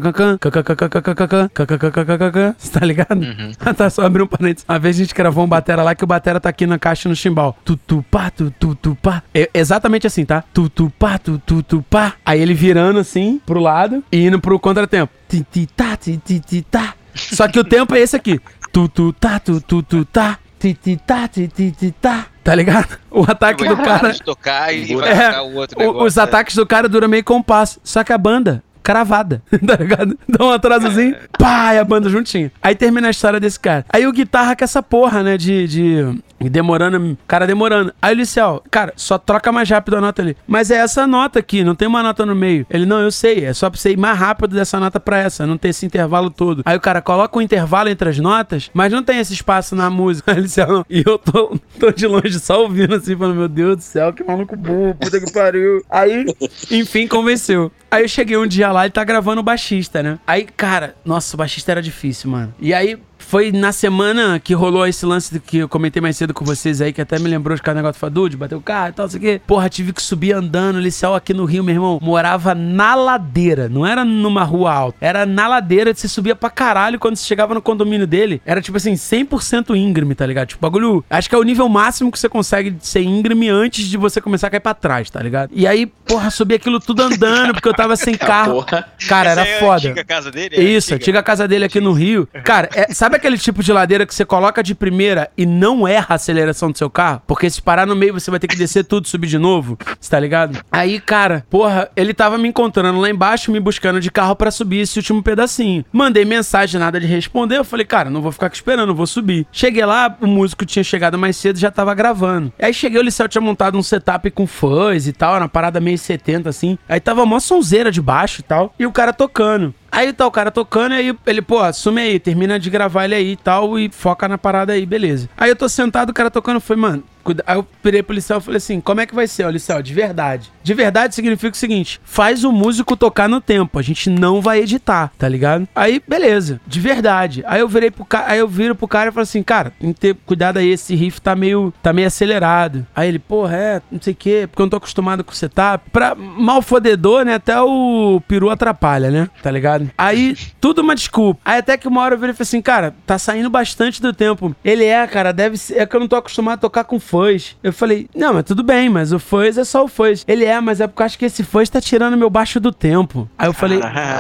S1: tá ligado? Tá, só abrir um parênteses. Uma vez a gente gravou um batera lá, que o batera tá aqui na caixa no chimbal. Tutupá, tutupá. É exatamente assim, tá? Tutupá, tutupá. Aí ele virando assim, pro lado, e indo pro contratempo. Tititá, tititá. Só que o tempo é esse aqui. Tututá, tututá. Tititá, tititá. Tá ligado? O ataque do cara...
S3: De tocar e vai tocar o outro negócio.
S1: Os ataques do cara duram meio compasso. Só que a banda... cravada, tá ligado? Dá um atrasozinho, pá, e a banda juntinha. Aí termina a história desse cara. Aí o guitarra com essa porra, né, de demorando, cara demorando. Aí o Liceu, cara, só troca mais rápido a nota ali. Mas é essa nota aqui, não tem uma nota no meio. Ele, não, eu sei, é só pra você ir mais rápido dessa nota pra essa, não ter esse intervalo todo. Aí o cara coloca um intervalo entre as notas, mas não tem esse espaço na música. Aí o Liceu, não. E eu tô de longe só ouvindo assim, falando, meu Deus do céu, que maluco burro, puta que pariu. Aí, enfim, convenceu. Aí eu cheguei um dia lá e tá gravando o baixista, né? Aí, cara, nossa, o baixista era difícil, mano. E aí, foi na semana que rolou esse lance que eu comentei mais cedo com vocês aí, que até me lembrou de cada negócio do Fadu, de bater o carro e tal, não sei o quê. Porra, tive que subir andando, o Liceu aqui no Rio, meu irmão, morava na ladeira, não era numa rua alta, era na ladeira, você subia pra caralho, quando você chegava no condomínio dele, era tipo assim, 100% íngreme, tá ligado? Tipo, bagulho, acho que é o nível máximo que você consegue ser íngreme antes de você começar a cair pra trás, tá ligado? E aí, porra, subi aquilo tudo andando, porque eu tava sem carro. Cara, era foda.
S3: A antiga casa dele?
S1: Isso, a antiga casa dele aqui no Rio. Cara, sabe aquele tipo de ladeira que você coloca de primeira e não erra a aceleração do seu carro? Porque se parar no meio, você vai ter que descer tudo, subir de novo. Você tá ligado? Aí, cara, porra, ele tava me encontrando lá embaixo, me buscando de carro pra subir esse último pedacinho. Mandei mensagem, nada de responder. Eu falei, cara, não vou ficar aqui esperando, vou subir. Cheguei lá, o músico tinha chegado mais cedo e já tava gravando. Aí cheguei, o Liceu tinha montado um setup com fuzz e tal, na parada meio 70, assim. Aí tava mó sonzeira de baixo e tal. E o cara tocando. Aí tá o cara tocando, e aí ele, pô, assume aí, termina de gravar ele aí e tal, e foca na parada aí, beleza. Aí eu tô sentado, o cara tocando, foi, mano, aí eu virei pro Liceu e falei assim, como é que vai ser, ó, Liceu, de verdade. De verdade significa o seguinte, faz o músico tocar no tempo, a gente não vai editar, tá ligado? Aí, beleza, de verdade. Aí eu virei pro cara, aí eu viro pro cara e falo assim, cara, tem que ter cuidado aí, esse riff tá meio acelerado. Aí ele, porra, não sei o quê, porque eu não tô acostumado com o setup. Pra mal fodedor, né, até o peru atrapalha, né, tá ligado? Aí, tudo uma desculpa. Aí até que uma hora eu virei e falei assim, cara, tá saindo bastante do tempo. Ele cara, deve ser, é que eu não tô acostumado a tocar com fuzz. Eu falei, não, mas tudo bem, mas o fuzz é só o fuzz. Ele mas é porque eu acho que esse fuzz tá tirando meu baixo do tempo. Aí eu falei,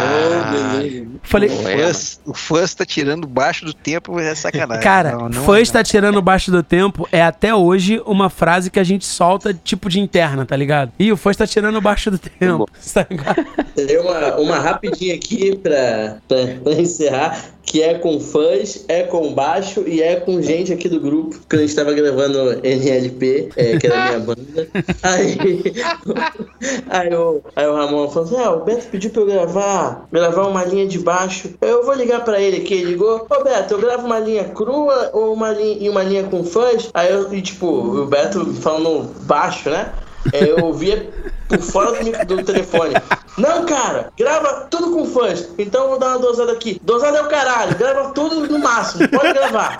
S3: o fuzz tá tirando o baixo do tempo, é sacanagem.
S1: Cara, fuzz tá tirando o baixo do tempo é até hoje uma frase que a gente solta tipo de interna, tá ligado? E o fuzz tá tirando o baixo do tempo, tá ligado?
S4: Tem uma rapidinha aqui pra encerrar, que é com fãs, é com baixo e é com gente aqui do grupo, que a gente tava gravando NLP, que era a minha banda. Aí o Ramon falou assim, o Beto pediu pra eu gravar uma linha de baixo. Eu vou ligar pra ele aqui, ele ligou, ô Beto, eu gravo uma linha crua ou uma linha com fãs? Aí o Beto falando baixo, né? Eu ouvia por fora do telefone. Não, cara, grava tudo com fãs. Então eu vou dar uma dosada aqui. Dosada é o caralho, grava tudo no máximo, pode gravar.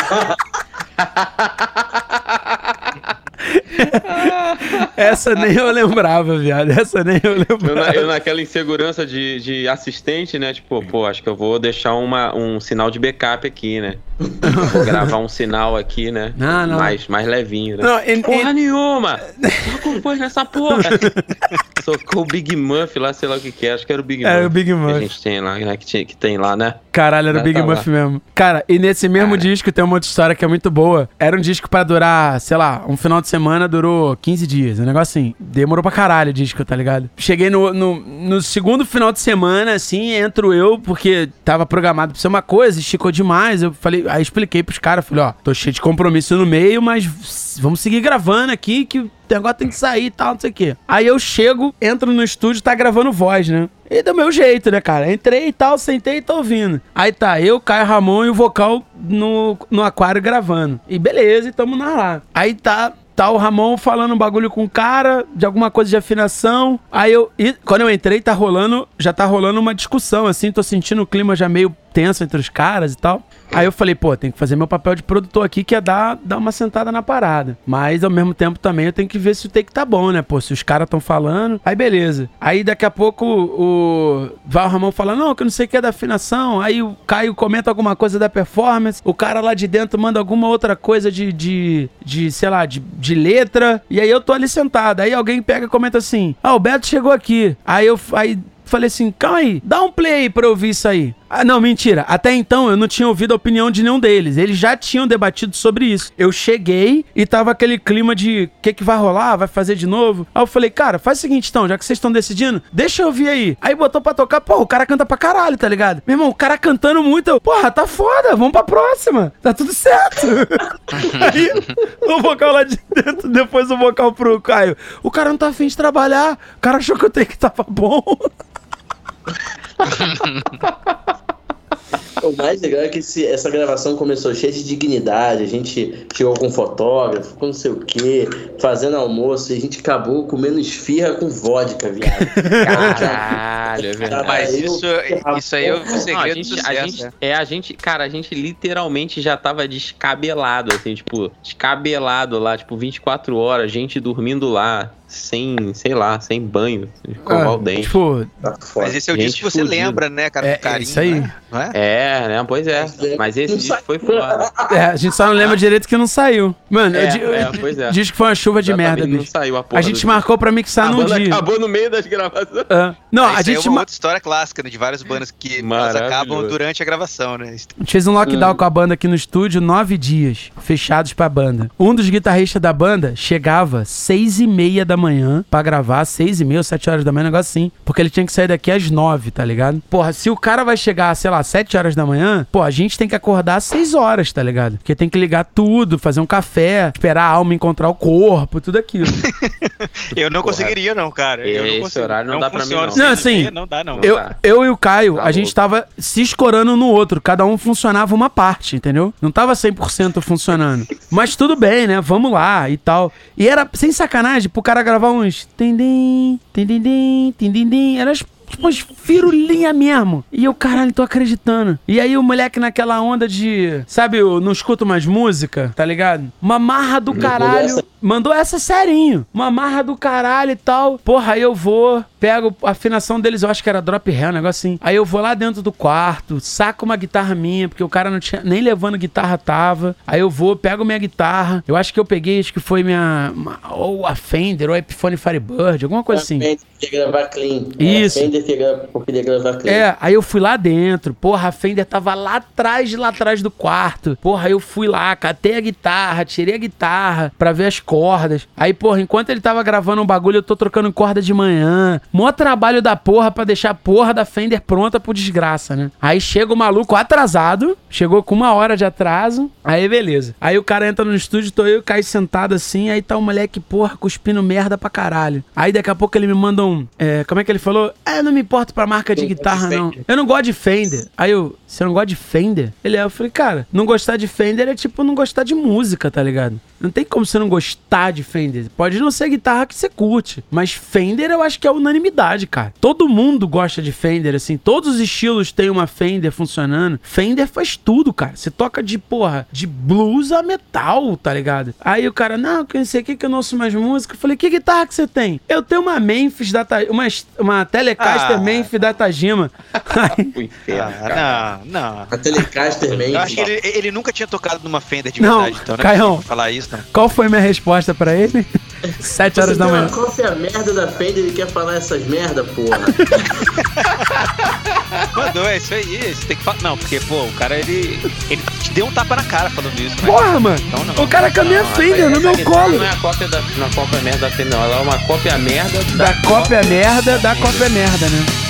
S1: Essa nem eu lembrava, viado. Essa nem eu lembrava.
S2: Eu naquela insegurança de assistente, né? Tipo, pô, acho que eu vou deixar um sinal de backup aqui, né? Vou gravar um sinal aqui, né?
S1: Não.
S2: Mais levinho, né?
S1: Não,
S2: porra nenhuma! Só compôs nessa porra! Socou o Big Muff lá, sei lá o que é. Acho que era o Big Muff.
S1: Era o Big Muff.
S2: Que a gente tem lá, né? Que tem lá, né?
S1: Caralho, era o Big Muff mesmo. Cara, e nesse mesmo disco tem uma outra história que é muito boa. Era um disco pra durar, sei lá, um final de semana durou 15 dias. Um negócio assim. Demorou pra caralho o disco, tá ligado? Cheguei no segundo final de semana, assim, entro eu, porque tava programado pra ser uma coisa, esticou demais. Eu falei, aí expliquei pros caras, falei, ó, tô cheio de compromisso no meio, mas vamos seguir gravando aqui, que o negócio tem que sair e tal, não sei o quê. Aí eu chego, entro no estúdio, tá gravando voz, né? E do meu jeito, né, cara? Entrei e tal, sentei e tô ouvindo. Aí tá, eu, Caio Ramon e o vocal no aquário gravando. E beleza, e tamo lá. Aí tá o Ramon falando um bagulho com o cara, de alguma coisa de afinação. Aí quando eu entrei, já tá rolando uma discussão, assim, tô sentindo o clima já meio tenso entre os caras e tal. Aí eu falei, pô, tem que fazer meu papel de produtor aqui, que é dar uma sentada na parada. Mas, ao mesmo tempo, também eu tenho que ver se o take tá bom, né? Pô, se os caras tão falando, aí beleza. Aí, daqui a pouco, o Ramon fala, não, que eu não sei o que é da afinação. Aí o Caio comenta alguma coisa da performance. O cara lá de dentro manda alguma outra coisa de sei lá, de letra. E aí eu tô ali sentado. Aí alguém pega e comenta assim, o Beto chegou aqui. Aí falei assim, calma aí, dá um play aí pra eu ouvir isso aí. Ah, não, mentira. Até então eu não tinha ouvido a opinião de nenhum deles. Eles já tinham debatido sobre isso. Eu cheguei e tava aquele clima de o que vai rolar? Vai fazer de novo? Aí eu falei, cara, faz o seguinte então, já que vocês estão decidindo, deixa eu ouvir aí. Aí botou pra tocar, pô, o cara canta pra caralho, tá ligado? Meu irmão, o cara cantando muito, eu, porra, tá foda, vamos pra próxima. Tá tudo certo. Aí o vocal lá de dentro, depois o vocal pro Caio. O cara não tá afim de trabalhar, o cara achou que o take tava bom.
S4: O mais legal é que essa gravação começou cheia de dignidade. A gente chegou com fotógrafo, com não sei o que, fazendo almoço, e a gente acabou comendo esfirra com vodka, viado.
S2: Caralho, é verdade.
S3: Mas isso aí é o segredo do sucesso.
S2: A gente literalmente já tava descabelado, assim, tipo, descabelado lá, tipo, 24 horas, gente dormindo lá. Sem banho, escovar o dente.
S1: Tipo,
S3: mas esse é o disco que você lembra, né, cara, com carinho.
S1: Isso aí.
S3: Né? Não é?
S2: Né? Pois é. Mas esse disco foi foda.
S1: A gente só não lembra direito que não saiu. Mano,
S2: pois é.
S1: Diz que foi uma chuva de merda, bicho.
S2: Não saiu a porra.
S1: A gente marcou pra mixar num dia.
S2: Acabou no meio das gravações.
S1: Não, a gente
S3: é uma outra história clássica, né, de várias bandas que elas acabam durante a gravação, né?
S1: A gente fez um lockdown com a banda aqui no estúdio, 9 dias, fechados pra banda. Um dos guitarristas da banda chegava 6:30 da manhã pra gravar, 6:30, 7 horas da manhã, um negócio assim. Porque ele tinha que sair daqui às 9, tá ligado? Porra, se o cara vai chegar, sei lá, 7 horas da manhã, pô, a gente tem que acordar às 6 horas, tá ligado? Porque tem que ligar tudo, fazer um café, esperar a alma encontrar o corpo, tudo aquilo.
S3: Eu não conseguiria, não, cara.
S2: Esse horário não dá pra mim, não.
S1: Não, assim,
S3: não dá, não.
S1: Eu e o Caio, a gente tava se escorando no outro. Cada um funcionava uma parte, entendeu? Não tava 100% funcionando. Mas tudo bem, né? Vamos lá e tal. E era, sem sacanagem, pro cara gravar uns tindim, tindim, tindim. Era tipo umas firulinhas mesmo. E eu, caralho, tô acreditando. E aí o moleque naquela onda de, sabe, eu não escuto mais música, tá ligado? Uma marra do caralho. Mandou essa serinho. Uma marra do caralho e tal. Porra, aí eu vou, pego a afinação deles, eu acho que era drop hair, um negócio assim. Aí eu vou lá dentro do quarto, saco uma guitarra minha, porque o cara não tinha, nem levando guitarra tava. Aí eu vou, pego minha guitarra. Eu acho que eu peguei, acho que foi ou a Fender, ou a Epiphone Firebird, alguma coisa assim.
S4: Fender queria gravar clean.
S1: Isso.
S4: A Fender queria gravar clean.
S1: Aí eu fui lá dentro. Porra, a Fender tava lá atrás do quarto. Porra, aí eu fui lá, catei a guitarra, tirei a guitarra pra ver as cordas. Aí, porra, enquanto ele tava gravando um bagulho, eu tô trocando corda de manhã. Mó trabalho da porra pra deixar a porra da Fender pronta pro desgraça, né? Aí chega o maluco atrasado, chegou com 1 hora de atraso. Aí, beleza. Aí o cara entra no estúdio, tô eu e o Caio sentado assim, aí tá o moleque, porra, cuspindo merda pra caralho. Aí daqui a pouco ele me manda como é que ele falou? Eu não me importo pra marca de guitarra, não. Eu não gosto de Fender. Aí eu, você não gosta de Fender? Eu falei, cara, não gostar de Fender é tipo não gostar de música, tá ligado? Não tem como você não gostar de Fender. Pode não ser a guitarra que você curte, mas Fender eu acho que é unanimidade, cara. Todo mundo gosta de Fender, assim, todos os estilos têm uma Fender funcionando. Fender faz tudo, cara. Você toca de, porra, de blues a metal, tá ligado? Aí o cara, não, que não sei o que eu não ouço mais música. Eu falei, que guitarra que você tem? Eu tenho uma Memphis, uma Telecaster Memphis da Tajima.
S2: O inferno, cara.
S3: Não.
S4: A Telecaster Memphis.
S3: Eu acho que ele nunca tinha tocado numa Fender de verdade, então não é
S1: Caião,
S3: possível falar isso, não.
S1: Qual foi minha resposta pra ele? 7 horas da manhã.
S4: Qual foi a merda da Fender? Ele quer falar essas merda, porra.
S3: Mandou, é isso aí. Você tem que falar. Não, porque, pô, o cara, ele te deu um tapa na cara falando isso. Né?
S1: Porra, mano.
S3: Não.
S1: O cara com a minha Fender no meu colo.
S2: Não é a cópia merda da Fender, não. Ela é uma cópia merda
S1: Da cópia merda, né?